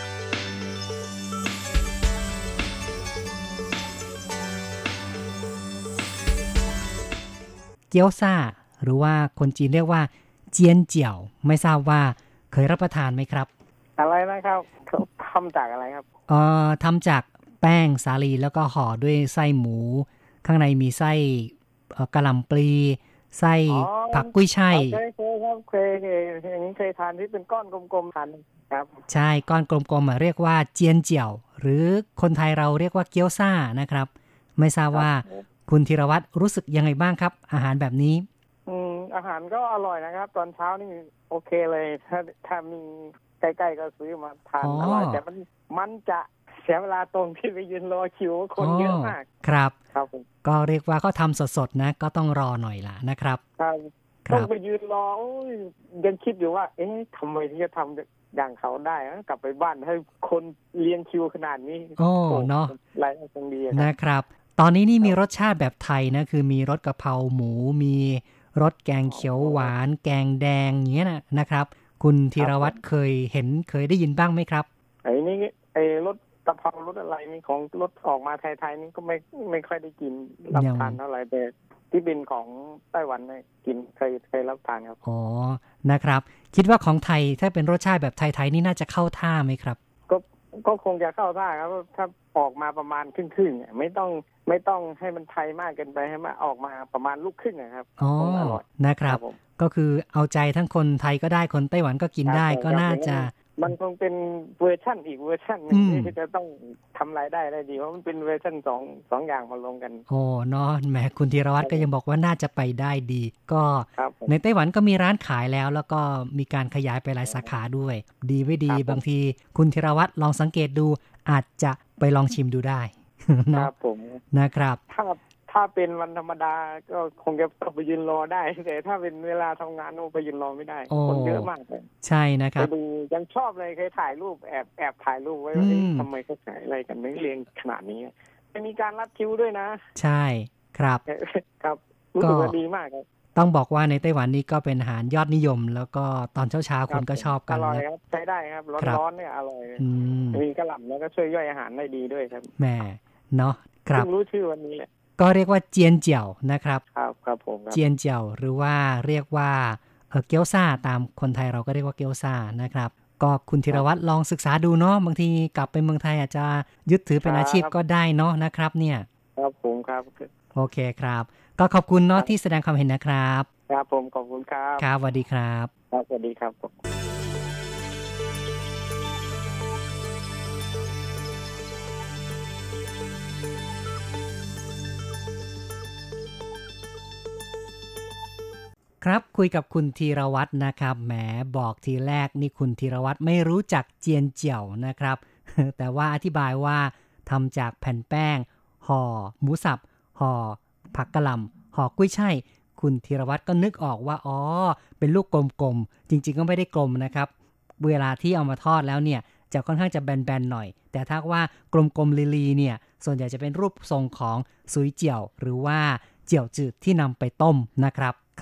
เกี๊ยวซ่าหรือว่าคนจีนเรียกว่าเจียนเจียวไม่ทราบว่าเคยรับประทานไหมครับ
อะไรนะครับทำจากอะไรครับ
เอ่อทำจากแป้งสาลีแล้วก็ห่อด้วยไส้หมูข้างในมีไส้กะหล่ำปลีไส้ผักกุ้ยช่าย
เคยเคยครับเคยเคยอย่างนี้เคยทานที่เป็นก้อนกลมๆทานครับ
ใช่ก้อนกลมๆเรียกว่าเจียนเจียวหรือคนไทยเราเรียกว่าเกี๊ยวซ่านะครับไม่ทราบว่าคุณธีรวัตรรู้สึกยังไงบ้างครับอาหารแบบนี้
อืมอาหารก็อร่อยนะครับตอนเช้านี่โอเคเลยถ้าถ้ามีใกล้ๆก็ซื้อมาทานอร่อยแต่มันมันจะเสียเวลาตรงที่ไปยืนรอคิวคนเยอะมาก
ครับ
ครับ
ก็เรียกว่าเขาทำสดๆนะก็ต้องรอหน่อยล่ะนะครับ
ต้องไปยืนรอยังคิดอยู่ว่าเอ๊ะทำไมที่จะทำอย่างเขาได้กลับไปบ้านให้คนเรียงคิวขนาดนี้
โอ้เนาะ
ไรคงดี
นะครับตอนนี้นี่มีรสชาติแบบไทยนะคือมีรสกะเพราหมูมีรสแกงเขียวหวานแกงแดงอย่างเงี้ยนะนะครับคุณธีรวัตรเคยเห็นเคยได้ยินบ้างไหมครับ
ไอ้นี่ไอ้รสกะเพรารสอะไรนี่ของรสออกมาไทยๆนี่ก็ไม่ไม่ค่อยได้กินรับทานเท่าไหร่แต่ที่เป็นของไต้หวันเนี่ยกินเคยเคยรับทานครับ
อ๋อนะครับคิดว่าของไทยถ้าเป็นรสชาติแบบไทยๆนี่น่าจะเข้าท่าไหมครับ
ก็ก็คงจะเข้าท่าครับถ้าออกมาประมาณครึ่งๆเนี่ยไม่ต้องไม่ต้องให้มันไทยมากเกินไปให้มันออกมาประมาณลูกครึ่งนะครับ
อ๋อนะครับก็คือเอาใจทั้งคนไทยก็ได้คนไต้หวันก็กินได้ก็น่าจะ
มันคงเป็นเวอร์ชั่นอีกเวอร์ชั่นนึงที่จะต้องทำรายได้ได้ดีเพราะมันเป็นเวอร์ชั่นสองสองอย่างมาลงกัน
โอ้เนาะแหมคุณธีรวัตรก็ยังบอกว่าน่าจะไปได้ดีก็ในไต้หวันก็มีร้านขายแล้วแล้วก็มีการขยายไปหลายสาขาด้วยดีไม่ดีบางทีคุณธีรวัตรลองสังเกตดูอาจจะไปลองชิมดูได้
ครับผม
นะครับ
ถ้าถ้าเป็นวันธรรมดาก็คงจะต้องไปยืนรอได้แต่ถ้าเป็นเวลาทำงานโอ้ไปยืนรอไม่ได้คนเยอะมากเลย
ใช่นะครับ
ดูยังชอบเลยเคยถ่ายรูปแอบแอบถ่ายรูปไว้ว่าทำไมเขาขายอะไรกันไม่เรียงขนาดนี้จะมีการรัดคิวด้วยนะ
ใช่ครับ
ครับรู้สึกว่าดีมากครับ
ต้องบอกว่าในไต้หวันนี่ก็เป็นอาหารยอดนิยมแล้วก็ตอนเช้าๆคนก็ชอบกัน
อร่อยครับใช้ได้ครับร้อนๆเนี่ยอร่อยมีกระหล่ำแล้วก็ช่วยย่อยอาหารได้ดีด้วยครับ
แหมเนาะครับ
รู้ชื่อวันนี้แหละ
ก็เรียกว่าเจียนเจียวนะครับ
ครับครับผม
เจียนเจียวหรือว่าเรียกว่าเออเกี๊ยวซ่าตามคนไทยเราก็เรียกว่าเกี๊ยวซ่านะครับก็คุณธีรวัตรลองศึกษาดูเนาะบางทีกลับไปเมืองไทยอาจจะยึดถือเป็นอาชีพก็ได้เนาะนะครับเนี่ย
ครับผมครับ
โอเคครับก็ขอบคุณเนาะที่แสดงความเห็นนะครับ
ครับผมขอบคุณครับ
ครับสวัสดีครับ
ครับสวัสดีครับ
ครับคุยกับคุณธีรวัตรนะครับแหมบอกทีแรกนี่คุณธีรวัตรไม่รู้จักเจียนเจียวนะครับ แต่ว่าอธิบายว่าทำจากแผ่นแป้งห่อหมูสับห่อผักกะหล่ำห่อกุ้ยช่ายคุณธีรวัตรก็นึกออกว่าอ๋อเป็นลูกกลมๆจริงๆก็ไม่ได้กลมนะครับเวลาที่เอามาทอดแล้วเนี่ยจะค่อนข้างจะแบนๆหน่อยแต่ถ้าว่ากลมๆลีๆเนี่ยส่วนใหญ่จะเป็นรูปทรงของซุยเจียวหรือว่าเจียวจืดที่นำไปต้มนะครับ
ค่ะ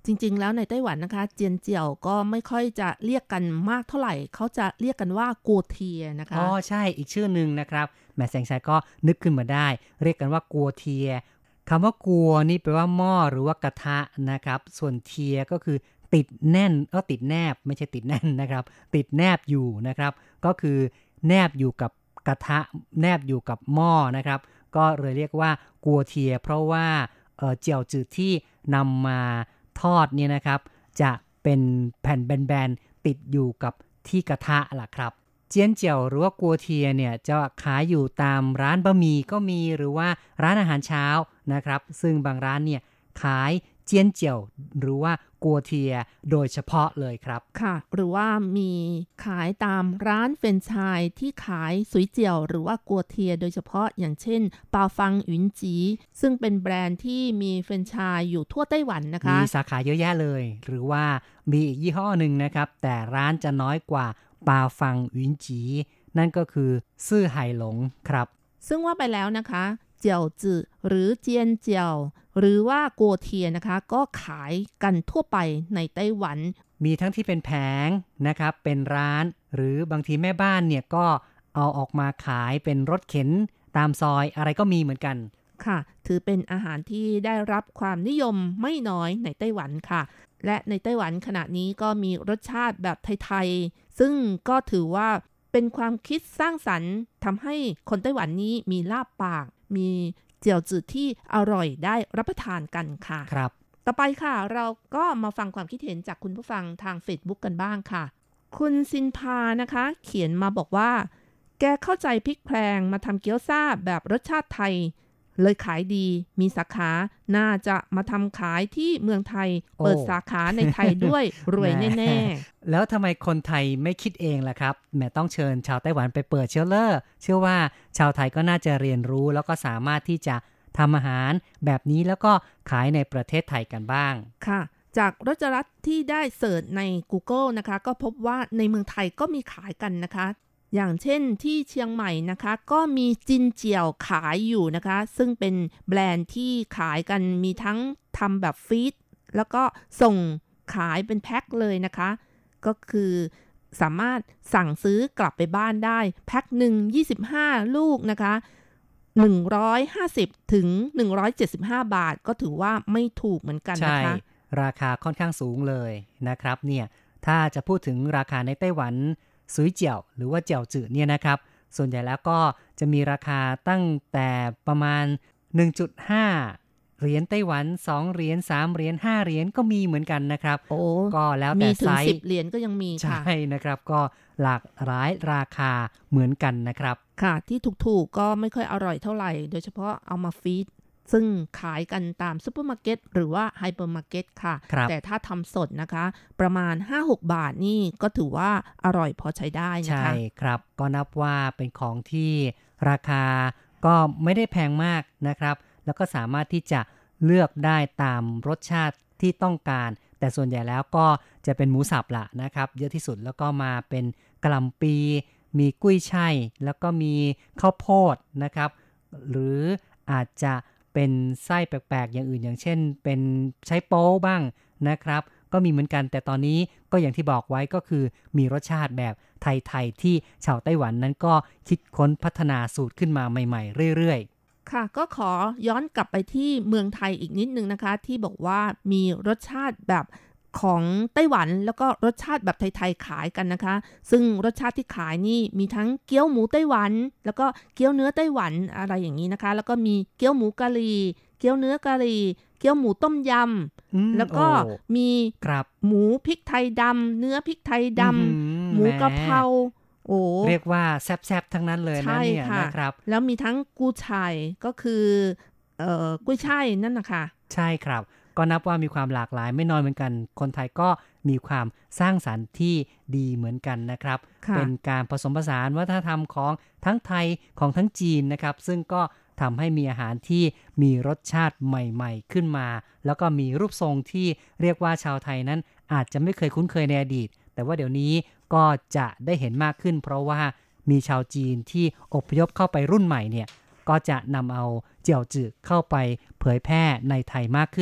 จริงๆแล้วในไต้หวันนะคะเจียนเจียวก็ไม่ค่อยจะเรียกกันมากเท่าไหร่เขาจะเรียกกันว่ากัวเทียนะคะ
อ๋อใช่อีกชื่อนึงนะครับแม่แสงชัยก็นึกขึ้นมาได้เรียกกันว่ากัวเทียคำว่ากัวนี่แปลว่าหม้อหรือว่ากระทะนะครับส่วนเทียก็คือติดแน่นเออติดแนบไม่ใช่ติดแน่นนะครับติดแนบอยู่นะครับก็คือแนบอยู่กับกระทะแนบอยู่กับหม้อนะครับก็เลยเรียกว่ากัวเทียเพราะว่าเอ่อเจียวจืดที่นำมาทอดเนี่ยนะครับจะเป็นแผ่นแบนๆติดอยู่กับที่กระทะล่ะครับเจียนเจียวหรือว่ากัวเทียเนี่ยจะขายอยู่ตามร้านบะหมี่ก็มีหรือว่าร้านอาหารเช้านะครับซึ่งบางร้านเนี่ยขายเจียนเจียวหรือว่ากัวเทียโดยเฉพาะเลยครับ
ค่ะหรือว่ามีขายตามร้านเฟรนไชส์ที่ขายสุยเจียวหรือว่ากัวเทียโดยเฉพาะอย่างเช่นปาฟังหยุนจีซึ่งเป็นแบรนด์ที่มีเฟรนไชส์อยู่ทั่วไต้หวันนะคะ
มีสาขาเยอะแยะเลยหรือว่ามีอีกยี่ห้อหนึ่งนะครับแต่ร้านจะน้อยกว่าปาฟังหยุนจีนั่นก็คือซื่อไห่หลงครับ
ซึ่งว่าไปแล้วนะคะเจียวจื่อหรือเจียนเจียวหรือว่ากัวเทียนะคะก็ขายกันทั่วไปในไต้หวัน
มีทั้งที่เป็นแผงนะครับเป็นร้านหรือบางทีแม่บ้านเนี่ยก็เอาออกมาขายเป็นรถเข็นตามซอยอะไรก็มีเหมือนกัน
ค่ะถือเป็นอาหารที่ได้รับความนิยมไม่น้อยในไต้หวันค่ะและในไต้หวันขณะนี้ก็มีรสชาติแบบไทยๆซึ่งก็ถือว่าเป็นความคิดสร้างสรรค์ทำให้คนไต้หวันนี้มีลาบปากมีเจียวจืดที่อร่อยได้รับประทานกันค่ะ
ครับ
ต่อไปค่ะเราก็มาฟังความคิดเห็นจากคุณผู้ฟังทาง Facebook กันบ้างค่ะคุณซินพานะคะเขียนมาบอกว่าแกเข้าใจพริกแพลงมาทำเกี๊ยวซ่าแบบรสชาติไทยเลยขายดีมีสาขาน่าจะมาทำขายที่เมืองไทยเปิดสาขาในไทยด้วย รวยแน่
ๆแล้วทำไมคนไทยไม่คิดเองล่ะครับแม่ต้องเชิญชาวไต้หวันไปเปิดเชลเลอร์เชื่อว่าชาวไทยก็น่าจะเรียนรู้แล้วก็สามารถที่จะทำอาหารแบบนี้แล้วก็ขายในประเทศไทยกันบ้าง
ค่ะจากรจรัสที่ได้เสิร์ชใน Google นะคะก็พบว่าในเมืองไทยก็มีขายกันนะคะอย่างเช่นที่เชียงใหม่นะคะก็มีจินเจียวขายอยู่นะคะซึ่งเป็นแบรนด์ที่ขายกันมีทั้งทำแบบฟีดแล้วก็ส่งขายเป็นแพ็คเลยนะคะก็คือสามารถสั่งซื้อกลับไปบ้านได้แพ็คหนึ่งยี่สิบห้าลูกนะคะหนึ่งร้อยห้าสิบถึงหนึ่งร้อยเจ็ดสิบห้าบาทก็ถือว่าไม่ถูกเหมือนกันนะคะ
ใช่ราคาค่อนข้างสูงเลยนะครับเนี่ยถ้าจะพูดถึงราคาในไต้หวันซุยเจียวหรือว่าเจียวจืดเนี่ยนะครับส่วนใหญ่แล้วก็จะมีราคาตั้งแต่ประมาณ หนึ่งจุดห้า เหรียญไต้หวันสองเหรียญสามเหรียญห้าเหรียญก็มีเหมือนกันนะครับ
โอ้
ก็แล้วแต่ไซส์
มีถึงสิบเหรียญก็ยังมีค่ะ
ใช่นะครับก็หลากหลายราคาเหมือนกันนะครับ
ค่ะที่ถูกๆก็ไม่ค่อยอร่อยเท่าไหร่โดยเฉพาะเอามาฟีดซึ่งขายกันตามซุปเปอร์มาร์เก็ตหรือว่าไฮเปอร์มาร์เก็ตค่ะแต่ถ้าทำสดนะคะประมาณ ห้าหก บาทนี่ก็ถือว่าอร่อยพอใช้ได้นะคะ
ใช่ครับก็นับว่าเป็นของที่ราคาก็ไม่ได้แพงมากนะครับแล้วก็สามารถที่จะเลือกได้ตามรสชาติที่ต้องการแต่ส่วนใหญ่แล้วก็จะเป็นหมูสับละนะครับเยอะที่สุดแล้วก็มาเป็นกะหล่ำปีมีกุ้ยช่ายแล้วก็มีข้าวโพดนะครับหรืออาจจะเป็นไส้แปลกๆอย่างอื่นอย่างเช่นเป็นใช้โป๊บ้างนะครับก็มีเหมือนกันแต่ตอนนี้ก็อย่างที่บอกไว้ก็คือมีรสชาติแบบไทยๆที่ชาวไต้หวันนั้นก็คิดค้นพัฒนาสูตรขึ้นมาใหม่ๆเรื่อยๆ
ค่ะก็ขอย้อนกลับไปที่เมืองไทยอีกนิดนึงนะคะที่บอกว่ามีรสชาติแบบของไต้หวันแล้วก็รสชาติแบบไทยๆขายกันนะคะซึ่งรสชาติที่ขายนี่มีทั้งเกี๊ยวหมูไต้หวันแล้วก็เกี๊ยวเนื้อไต้หวันอะไรอย่างนี้นะคะแล้วก็มีเกี๊ยวหมูกะหรี่เกี๊ยวเนื้อกะหรี่เกี๊ยวหมูต้มยำแล้วก็มีหมูพริกไทยดำเนื้อพริกไทยดำหมูกะเพราโอ้
เรียกว่าแซ่บๆทั้งนั้นเลยนะเนี่ยนะครับ
แล้วมีทั้งกูช่ายก็คือเอ่อกุ้ยช่ายนั่นนะคะ
ใช่ครับก็นับว่ามีความหลากหลายไม่น้อยเหมือนกันคนไทยก็มีความสร้างสรรค์ที่ดีเหมือนกันนะครับเป็นการผสมผสานวัฒนธรรมของทั้งไทยของทั้งจีนนะครับซึ่งก็ทำให้มีอาหารที่มีรสชาติใหม่ๆขึ้นมาแล้วก็มีรูปทรงที่เรียกว่าชาวไทยนั้นอาจจะไม่เคยคุ้นเคยในอดีตแต่ว่าเดี๋ยวนี้ก็จะได้เห็นมากขึ้นเพราะว่ามีชาวจีนที่อพยพเข้าไปรุ่นใหม่เนี่ยก็จะนำเอาเจียวจืดเข้าไปเผยแพร่ในไทยมากขึ้น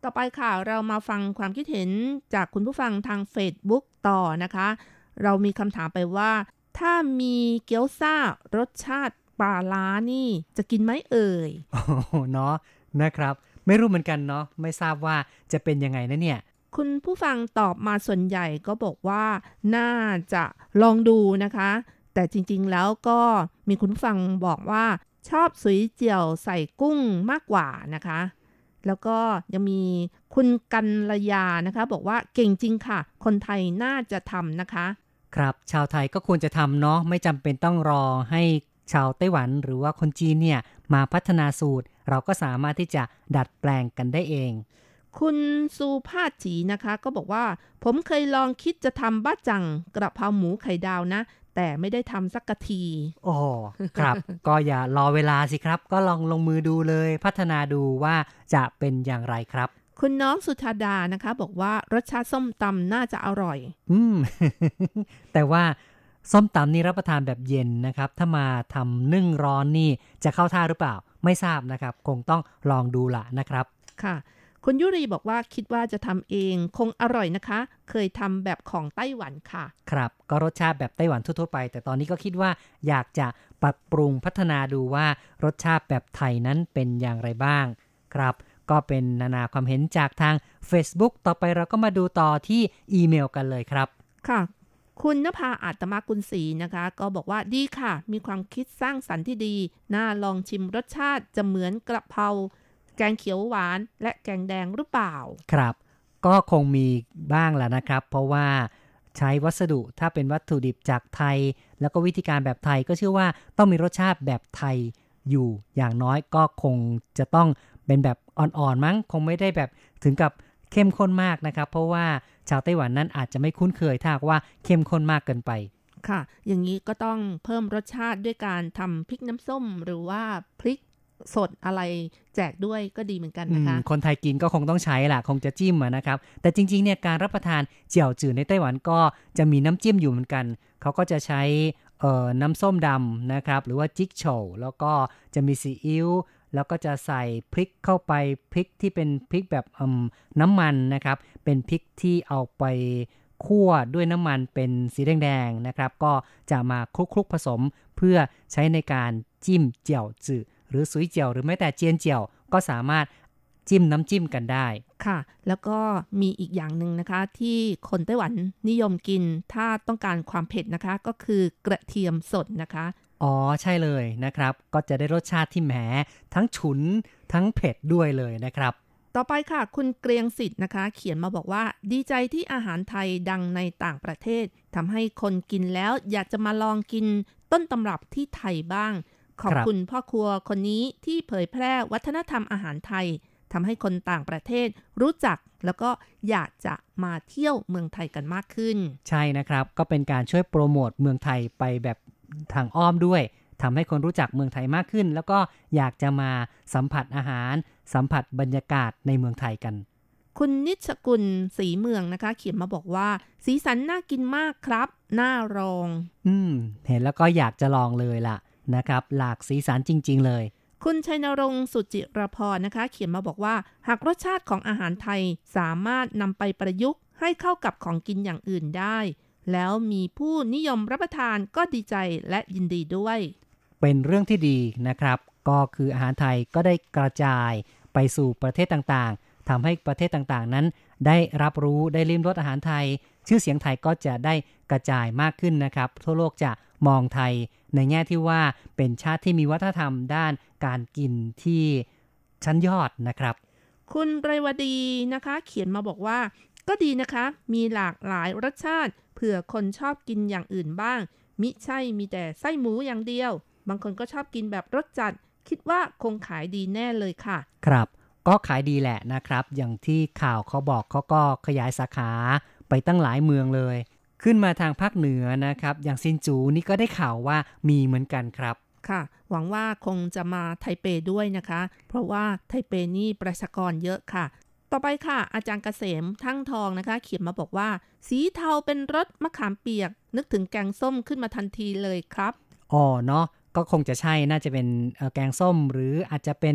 ต่อไปค่ะเรามาฟังความคิดเห็นจากคุณผู้ฟังทาง Facebook ต่อนะคะเรามีคำถามไปว่าถ้ามีเกี๊ยวซ่ารสชาติปลาร้านี่จะกินไหมเอ่ย
โอ้เนาะนะครับไม่รู้เหมือนกันเนาะไม่ทราบว่าจะเป็นยังไงนะเนี่ย
คุณผู้ฟังตอบมาส่วนใหญ่ก็บอกว่าน่าจะลองดูนะคะแต่จริงๆแล้วก็มีคุณผู้ฟังบอกว่าชอบสุยเจียวใส่กุ้งมากกว่านะคะแล้วก็ยังมีคุณกัลยานะคะบอกว่าเก่งจริงค่ะคนไทยน่าจะทำนะคะ
ครับชาวไทยก็ควรจะทำเนาะไม่จำเป็นต้องรอให้ชาวไต้หวันหรือว่าคนจีนเนี่ยมาพัฒนาสูตรเราก็สามารถที่จะดัดแปลงกันได้เอง
คุณซูภาจีนะคะก็บอกว่าผมเคยลองคิดจะทำบ้าจังกระเพราหมูไข่ดาวนะแต่ไม่ได้ทำสักที
โอ้ครับ ก็อย่ารอเวลาสิครับก็ลองลงมือดูเลยพัฒนาดูว่าจะเป็นอย่างไรครับ
คุณน้องสุธาดานะคะบอกว่ารสชาติส้มตำน่าจะอร่อย
อืม แต่ว่าส้มตำนี่รับประทานแบบเย็นนะครับถ้ามาทำนึ่งร้อนนี่จะเข้าท่าหรือเปล่าไม่ทราบนะครับคงต้องลองดูละนะครับ
ค่ะคุณยุรีบอกว่าคิดว่าจะทำเองคงอร่อยนะคะเคยทำแบบของไต้หวันค่ะ
ครับก็รสชาติแบบไต้หวันทั่วๆไปแต่ตอนนี้ก็คิดว่าอยากจะปรับปรุงพัฒนาดูว่ารสชาติแบบไทยนั้นเป็นอย่างไรบ้างครับก็เป็นนานาความเห็นจากทาง Facebook ต่อไปเราก็มาดูต่อที่อีเมลกันเลยครับ
ค่ะคุณณภาอาตมากุลศรีนะคะก็บอกว่าดีค่ะมีความคิดสร้างสรรค์ที่ดีน่าลองชิมรสชาติจะเหมือนกระเพราแกงเขียวหวานและแกงแดงหรือเปล่า
ครับก็คงมีบ้างแหละนะครับเพราะว่าใช้วัสดุถ้าเป็นวัตถุดิบจากไทยแล้วก็วิธีการแบบไทยก็เชื่อว่าต้องมีรสชาติแบบไทยอยู่อย่างน้อยก็คงจะต้องเป็นแบบอ่อนๆมั้งคงไม่ได้แบบถึงกับเข้มข้นมากนะครับเพราะว่าชาวไต้หวันนั้นอาจจะไม่คุ้นเคยถ้าว่าเข้มข้นมากเกินไป
ค่ะอย่างนี้ก็ต้องเพิ่มรสชาติด้วยการทำพริกน้ำส้มหรือว่าพริกสดอะไรแจกด้วยก็ดีเหมือนกันนะคะ
คนไทยกินก็คงต้องใช้แหละคงจะจิ้มนะครับแต่จริงๆเนี่ยการรับประทานเจียวจืดในไต้หวันก็จะมีน้ำจิ้มอยู่เหมือนกันเขาก็จะใช้เอ่อน้ำส้มดำนะครับหรือว่าจิ๊กโฉวแล้วก็จะมีซีอิ๊วแล้วก็จะใส่พริกเข้าไปพริกที่เป็นพริกแบบน้ำมันนะครับเป็นพริกที่เอาไปคั่วด้วยน้ำมันเป็นสีแดงๆนะครับก็จะมาคลุกๆผสมเพื่อใช้ในการจิ้มเจียวจืดหรือสุยเจียวหรือแม้แต่เจียนเจียวก็สามารถจิ้มน้ำจิ้มกันได้
ค่ะแล้วก็มีอีกอย่างหนึ่งนะคะที่คนไต้หวันนิยมกินถ้าต้องการความเผ็ดนะคะก็คือกระเทียมสดนะคะ
อ๋อใช่เลยนะครับก็จะได้รสชาติที่แหมทั้งฉุนทั้งเผ็ดด้วยเลยนะครับ
ต่อไปค่ะคุณเกรียงสิทธิ์นะคะเขียนมาบอกว่าดีใจที่อาหารไทยดังในต่างประเทศทำให้คนกินแล้วอยากจะมาลองกินต้นตำรับที่ไทยบ้างขอบคุณพ่อครัวคนนี้ที่เผยแพร่วัฒนธรรมอาหารไทยทำให้คนต่างประเทศรู้จักแล้วก็อยากจะมาเที่ยวเมืองไทยกันมากขึ้น
ใช่นะครับก็เป็นการช่วยโปรโมทเมืองไทยไปแบบทางอ้อมด้วยทำให้คนรู้จักเมืองไทยมากขึ้นแล้วก็อยากจะมาสัมผัสอาหารสัมผัสบรรยากาศในเมืองไทยกัน
คุณนิชกุลศรีเมืองนะคะเขียนมาบอกว่าสีสันน่ากินมากครับน่าลอง
อืมเห็นแล้วก็อยากจะลองเลยล่ะนะครับหลากสีสันจริงๆเลย
คุณชัยนรงค์สุจิรพรนะคะเขียนมาบอกว่าหากรสชาติของอาหารไทยสามารถนำไปประยุกต์ให้เข้ากับของกินอย่างอื่นได้แล้วมีผู้นิยมรับประทานก็ดีใจและยินดีด้วย
เป็นเรื่องที่ดีนะครับก็คืออาหารไทยก็ได้กระจายไปสู่ประเทศต่างๆทำให้ประเทศต่างๆนั้นได้รับรู้ได้ลิ้มรสอาหารไทยชื่อเสียงไทยก็จะได้กระจายมากขึ้นนะครับทั่วโลกจะมองไทยในแง่ที่ว่าเป็นชาติที่มีวัฒนธรรมด้านการกินที่ชั้นยอดนะครับ
คุณเรวดีนะคะเขียนมาบอกว่าก็ดีนะคะมีหลากหลายรสชาติเผื่อคนชอบกินอย่างอื่นบ้างมิใช่มีแต่ไส้หมูอย่างเดียวบางคนก็ชอบกินแบบรสจัดคิดว่าคงขายดีแน่เลยค่ะ
ครับก็ขายดีแหละนะครับอย่างที่ข่าวเขาบอกเขาก็ขยายสาขาไปตั้งหลายเมืองเลยขึ้นมาทางภาคเหนือนะครับอย่างซินจูนี่ก็ได้ข่าวว่ามีเหมือนกันครับ
ค่ะหวังว่าคงจะมาไทเปด้วยนะคะเพราะว่าไทเปนี่ประชากรเยอะค่ะต่อไปค่ะอาจารย์เกษมทั้งทองนะคะเขียนมาบอกว่าสีเทาเป็นรสมะขามเปียกนึกถึงแกงส้มขึ้นมาทันทีเลยครับ
อ๋อเนาะก็คงจะใช่น่าจะเป็นแกงส้มหรืออาจจะเป็น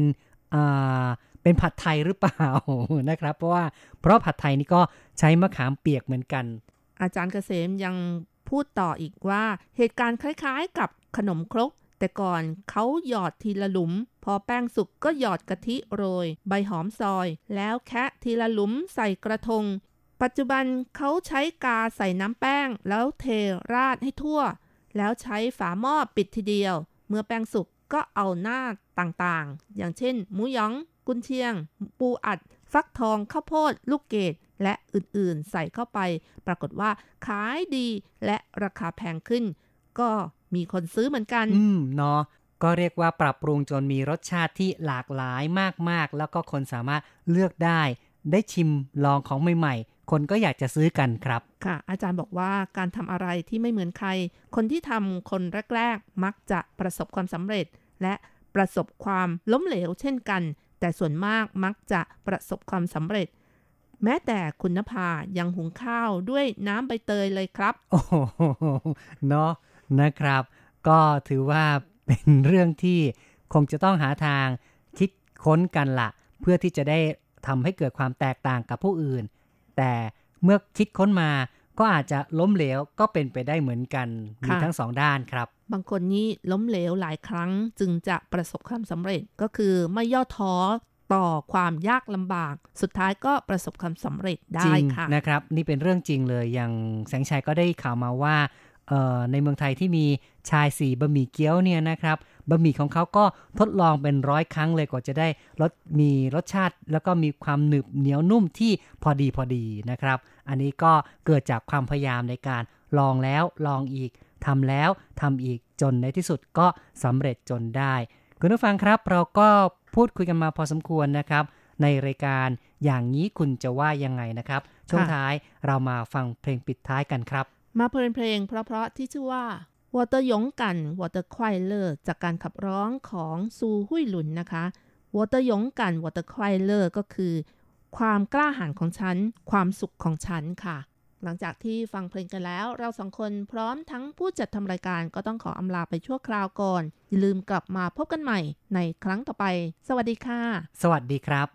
อ่าเป็นผัดไทยหรือเปล่านะครับเพราะว่าเพราะผัดไทยนี่ก็ใช้มะขามเปียกเหมือนกัน
อาจารย์เกษมยังพูดต่ออีกว่าเหตุการณ์คล้ายๆกับขนมครกแต่ก่อนเขาหยอดทีละหลุมพอแป้งสุกก็หยอดกะทิโรยใบหอมซอยแล้วแคะทีละหลุมใส่กระทงปัจจุบันเขาใช้กาใส่น้ำแป้งแล้วเทราดให้ทั่วแล้วใช้ฝาหม้อปิดทีเดียวเมื่อแป้งสุกก็เอาหน้าต่างๆอย่างเช่นหมูหยองกุนเชียงปูอัดฟักทองข้าวโพดลูกเกดและอื่นๆใส่เข้าไปปรากฏว่าขายดีและราคาแพงขึ้นก็มีคนซื้อเหมือนกัน
อืมเนาะก็เรียกว่าปรับปรุงจนมีรสชาติที่หลากหลายมากๆแล้วก็คนสามารถเลือกได้ได้ชิมลองของใหม่ๆคนก็อยากจะซื้อกันครับ
ค่ะอาจารย์บอกว่าการทำอะไรที่ไม่เหมือนใครคนที่ทำคนแรกๆมักจะประสบความสำเร็จและประสบความล้มเหลวเช่นกันแต่ส่วนมากมักจะประสบความสำเร็จแม้แต่คุณนภายังหุงข้าวด้วยน้ำใบเตยเลยครับ
โอ้เนาะนะครับก็ถือว่าเป็นเรื่องที่คงจะต้องหาทางคิดค้นกันละเพื่อที่จะได้ทำให้เกิดความแตกต่างกับผู้อื่นแต่เมื่อคิดค้นมาก็อาจจะล้มเหลวก็เป็นไปได้เหมือนกันมีทั้งสองด้านครับ
บางคนนี่ล้มเหลวหลายครั้งจึงจะประสบความสำเร็จก็คือไม่ย่อท้อต่อความยากลำบากสุดท้ายก็ประสบความสำเร็จได้ค่ะ
นะครับนี่เป็นเรื่องจริงเลยอย่างแสงชัยก็ได้ข่าวมาว่าในเมืองไทยที่มีชายสี่บะหมี่เกี๊ยวเนี่ยนะครับบะหมี่ของเขาก็ทดลองเป็นร้อยครั้งเลยกว่าจะได้รสมีรสชาติแล้วก็มีความหนึบเหนียวนุ่มที่พอดีพอดีนะครับอันนี้ก็เกิดจากความพยายามในการลองแล้วลองอีกทำแล้วทำอีกจนในที่สุดก็สำเร็จจนได้คุณผู้ฟังครับเราก็พูดคุยกันมาพอสมควรนะครับในรายการอย่างนี้คุณจะว่ายังไงนะครับช่วงท้ายเรามาฟังเพลงปิดท้ายกันครับ
มาเพลงเพลงเพราะๆที่ชื่อว่าวอเตอร์ยงกันวอเตอร์ควายเลอร์จากการขับร้องของซูหุ่ยหลุนนะคะวอเตอร์ยงกันวอเตอร์ควายเลอร์ก็คือความกล้าหาญของฉันความสุขของฉันค่ะหลังจากที่ฟังเพลงกันแล้วเราสองคนพร้อมทั้งผู้จัดทำรายการก็ต้องขออำลาไปชั่วคราวก่อนอย่าลืมกลับมาพบกันใหม่ในครั้งต่อไปสวัสดีค่ะ
สวัสดีครับ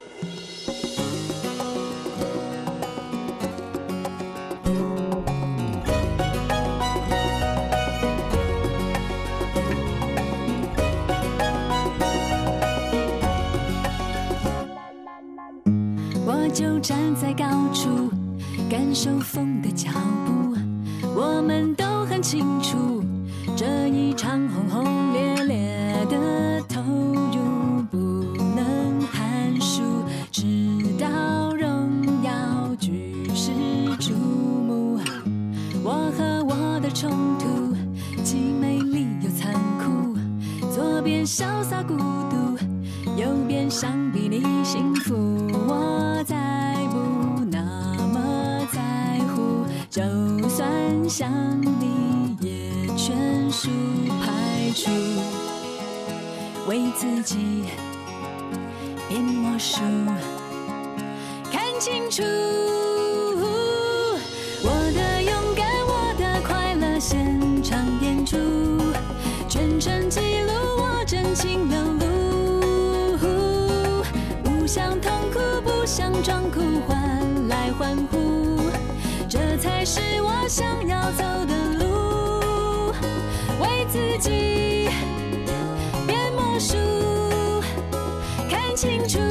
就站在高处感受风的脚步我们都很清楚这一场轰轰烈烈的投入不能含蓄直到荣耀举世瞩目我和我的冲突既美丽又残酷左边潇洒孤独右边想比你幸福我再不那么在乎就算想你也全数排除为自己变魔术看清楚我的勇敢我的快乐现场演出全程记录我真情流露不想痛苦不想装酷换来欢呼这才是我想要走的路为自己变魔术看清楚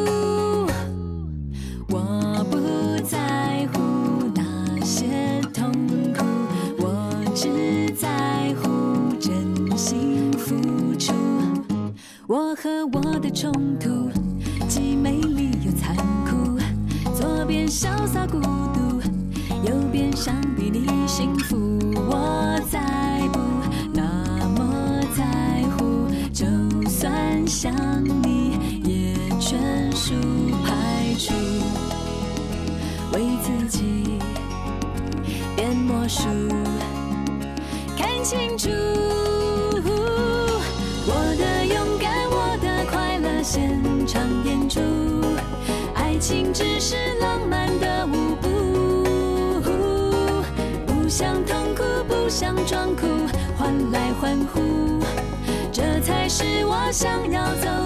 我不在乎那些痛苦我只在乎真心付出我和我的冲突既美丽又残酷左边潇洒孤独右边想比你幸福我再不那么在乎就算想你也全数排除为自己变魔术看清楚我的勇敢我的快乐现场演出爱情只是浪漫的舞步不想痛苦不想装酷换来欢呼这才是我想要走